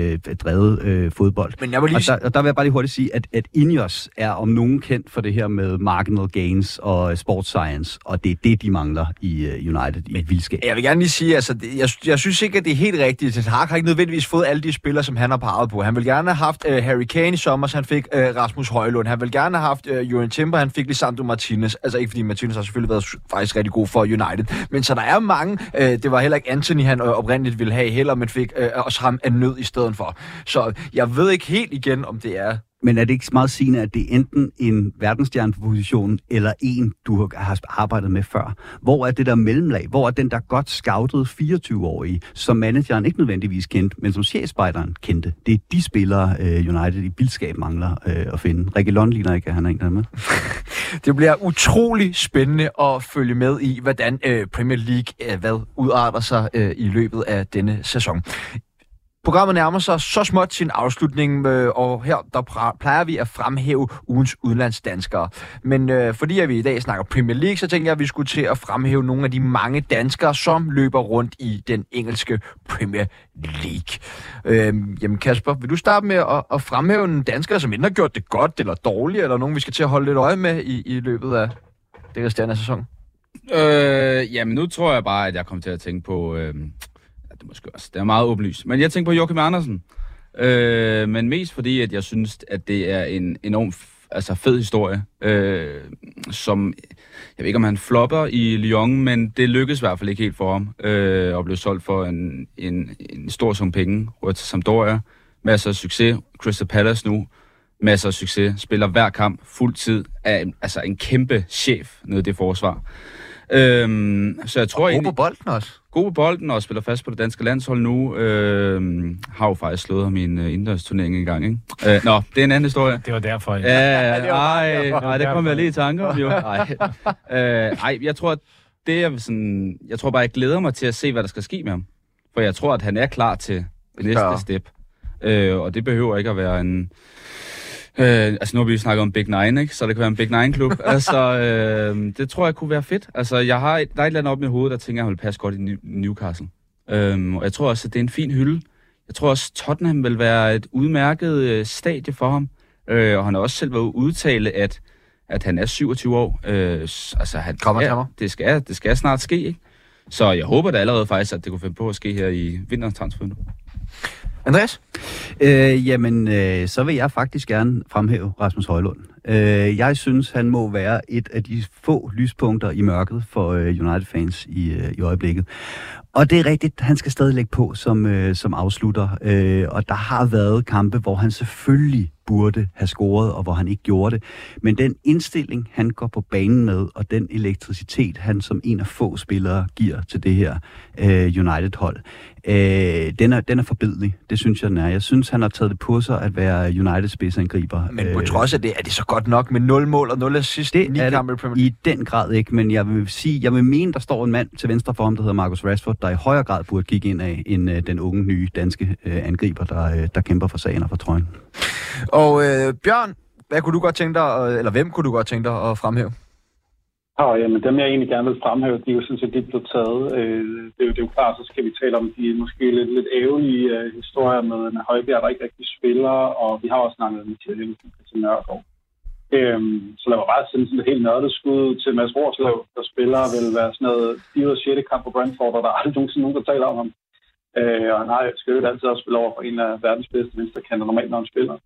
drevet fodbold. Men jeg og der vil jeg bare lige hurtigt sige, at Ineos er om nogen kendt for det her med marginal gains og sports science, og det er det, de mangler i United i vildskab. Jeg vil gerne lige sige, altså, jeg synes ikke, at det er helt rigtigt. Ten Hag har ikke nødvendigvis fået alle de spillere, som han har peget på. Han vil gerne have haft Harry Kane i sommer, så han fik Rasmus Højlund. Han vil gerne have haft Jurgen Timber, han fik Lisandro Martinez. Altså ikke fordi Martinez har selvfølgelig været faktisk rigtig god for United. Men så der er mange, det var heller ikke Anthony, han oprindeligt ville have heller, men fik også ham af nød i stedet for. Så jeg ved ikke helt igen, om det er... Men er det ikke meget sigende, at det er enten en verdensstjerne på positionen, eller en, du har arbejdet med før? Hvor er det der mellemlag? Hvor er den der godt scoutede 24-årige, som manageren ikke nødvendigvis kendte, men som chefspejderen kendte? Det er de spillere, United i vildskab mangler at finde. Reguilon ligner ikke, at han er en der med. Det bliver utrolig spændende at følge med i, hvordan Premier League udarter sig i løbet af denne sæson. Programmet nærmer sig så småt sin afslutning, og her der plejer vi at fremhæve ugens udlandsdanskere. Men fordi at vi i dag snakker Premier League, så tænker jeg, at vi skulle til at fremhæve nogle af de mange danskere, som løber rundt i den engelske Premier League. Jamen Kasper, vil du starte med at fremhæve nogle danskere, som enten har gjort det godt eller dårligt, eller nogen, vi skal til at holde lidt øje med i løbet af det resterende sæson? Jamen nu tror jeg bare, at jeg kommer til at tænke på... det er meget åbenlyst. Men jeg tænker på Joachim Andersen. Men mest fordi, at jeg synes, at det er en enorm fed historie. Som, jeg ved ikke, om han flopper i Lyon, men det lykkedes i hvert fald ikke helt for ham. Og blev solgt for en stor sum penge. Rødt til Sampdoria. Masser af succes. Crystal Palace nu. Masser af succes. Spiller hver kamp fuld tid. Er en kæmpe chef nede i det forsvar. Så jeg tror god på bolden også. God på bolden og spiller fast på det danske landshold nu. Har jo faktisk slået ham i en indendørsturnering en gang, ikke? Det er en anden historie. Det var derfor, ja. Det kom jeg lige i tanker om, jo. Jeg tror, jeg tror bare, jeg glæder mig til at se, hvad der skal ske med ham. For jeg tror, at han er klar til næste step. Og det behøver ikke at være en... nu har vi jo snakket om Big Nine, ikke? Så det kan være en Big Nine-klub. Det tror jeg kunne være fedt. Der er et eller andet op i hovedet, der tænker, at han vil passe godt i Newcastle. Og jeg tror også, at det er en fin hylde. Jeg tror også, Tottenham vil være et udmærket stadie for ham. Og han har også selv været udtale, at han er 27 år. Det skal snart ske, ikke? Så jeg håber da allerede faktisk, at det kunne finde på at ske her i vinterens transfervindue. Andreas? Så vil jeg faktisk gerne fremhæve Rasmus Højlund. Jeg synes, han må være et af de få lyspunkter i mørket for United-fans i øjeblikket. Og det er rigtigt, han skal stadig lægge på som afslutter. Og der har været kampe, hvor han selvfølgelig burde have scoret, og hvor han ikke gjorde det. Men den indstilling, han går på banen med, og den elektricitet, han som en af få spillere giver til det her United-hold, den er forbilledlig. Det synes jeg, den er. Jeg synes, han har taget det på sig at være United-spidsangriber. Men på trods af det, er det så godt nok med 0 mål og 0 assist? Det er det i den grad ikke, men jeg vil mene, der står en mand til venstre for ham, der hedder Marcus Rashford, der i højere grad burde kigge ind af end den unge, nye danske angriber, der kæmper for sagen og for trøjen. Og Bjørn, hvad kunne du godt tænke dig, eller hvem kunne du godt tænke dig at fremhæve? Jamen dem jeg egentlig gerne vil fremhæve, de er jo sådan set de blev taget. Det er jo klart, så skal vi tale om de måske lidt ærgerlige historier med Højbjerg, der ikke rigtig spiller, og vi har også snakket med Mathias Jensen til Nørgaard. Så lad mig bare sende sådan et helt nørdet skud til Mads Rorslev, der spiller vil være sådan noget 4. og 6. kamp på Brentford, og der er aldrig nogen, der taler om ham. Og nej, jeg skal jo altid også spille over for en af verdens bedste venstrekanter normalt, når han spiller.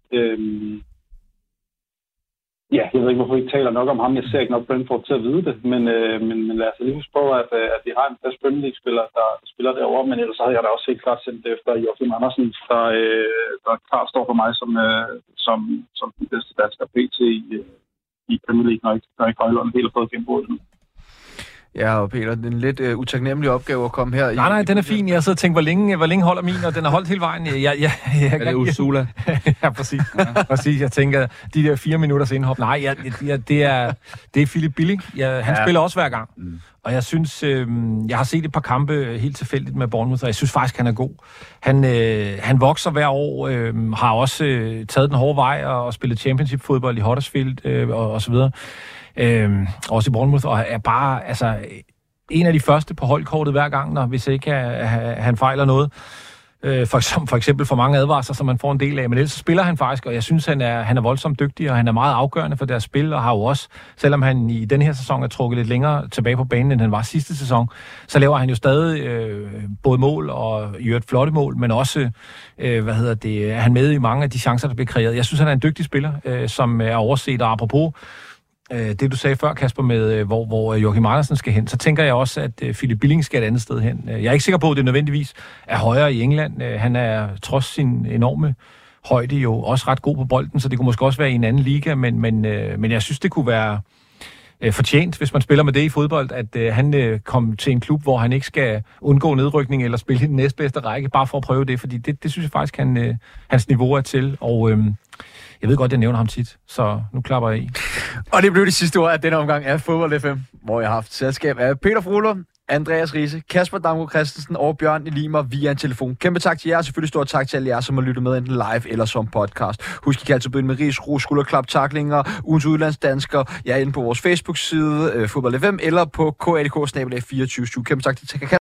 Jeg ved ikke, hvorfor vi ikke taler nok om ham. Jeg ser ikke nok Brentford til at vide det, men lad os lige huske på, at vi har en fast Premier League-spiller, der spiller derovre, men ellers havde jeg da også helt klart sendt efter Joachim Andersen, der klart står for mig som den bedste dansker PT i Premier League, når ikke Højlund helt har fået gennembrud nu. Ja, og Peter, det er en lidt utaknemmelig opgave at komme her. Nej, den er fin. Jeg sidder og tænker, hvor længe holder min, og den har holdt hele vejen. Er det Ursula? Ja, præcis. Præcis. Jeg tænker, de der 4 minutters indhop. Nej, det er Philip Billing. Han spiller også hver gang. Og jeg synes, jeg har set et par kampe helt tilfældigt med Bournemouth, og jeg synes faktisk, han er god. Han vokser hver år, har også taget den hårde vej og spillet championship-fodbold i Huddersfield og så videre. Også i Bournemouth, og er bare en af de første på holdkortet hver gang, hvis ikke han fejler noget. For eksempel for mange advarsler, som man får en del af, men ellers spiller han faktisk, og jeg synes, han er voldsomt dygtig, og han er meget afgørende for deres spil, og har jo også, selvom han i den her sæson er trukket lidt længere tilbage på banen, end han var sidste sæson, så laver han jo stadig både mål og i øvrigt flotte mål, men også, er han med i mange af de chancer, der bliver kreeret. Jeg synes, han er en dygtig spiller, som er overset, og apropos det, du sagde før, Kasper, med hvor Joachim Andersen skal hen, så tænker jeg også, at Philip Billing skal et andet sted hen. Jeg er ikke sikker på, at det nødvendigvis er højere i England. Han er trods sin enorme højde jo også ret god på bolden, så det kunne måske også være i en anden liga, men jeg synes, det kunne være fortjent, hvis man spiller med det i fodbold, at han kom til en klub, hvor han ikke skal undgå nedrykning eller spille i den næstbedste række, bare for at prøve det, fordi det synes jeg faktisk, hans niveau er til, og jeg ved godt, jeg nævner ham tit, så nu klapper jeg i. Og det blev det sidste ord af denne omgang af Fodbold FM, hvor jeg har haft selskab af Peter Frolund, Andreas Riese, Kasper Damgaard Christensen og Bjørn Elimer via en telefon. Kæmpe tak til jer, og selvfølgelig stort tak til alle jer, som har lyttet med enten live eller som podcast. Husk, I kan altid begynde med ris, ros, skulderklap, tacklinger, ugens udlandsdansker. Jeg er inde på vores Facebook-side, Fodbold FM, eller på kadk-24. Kæmpe tak til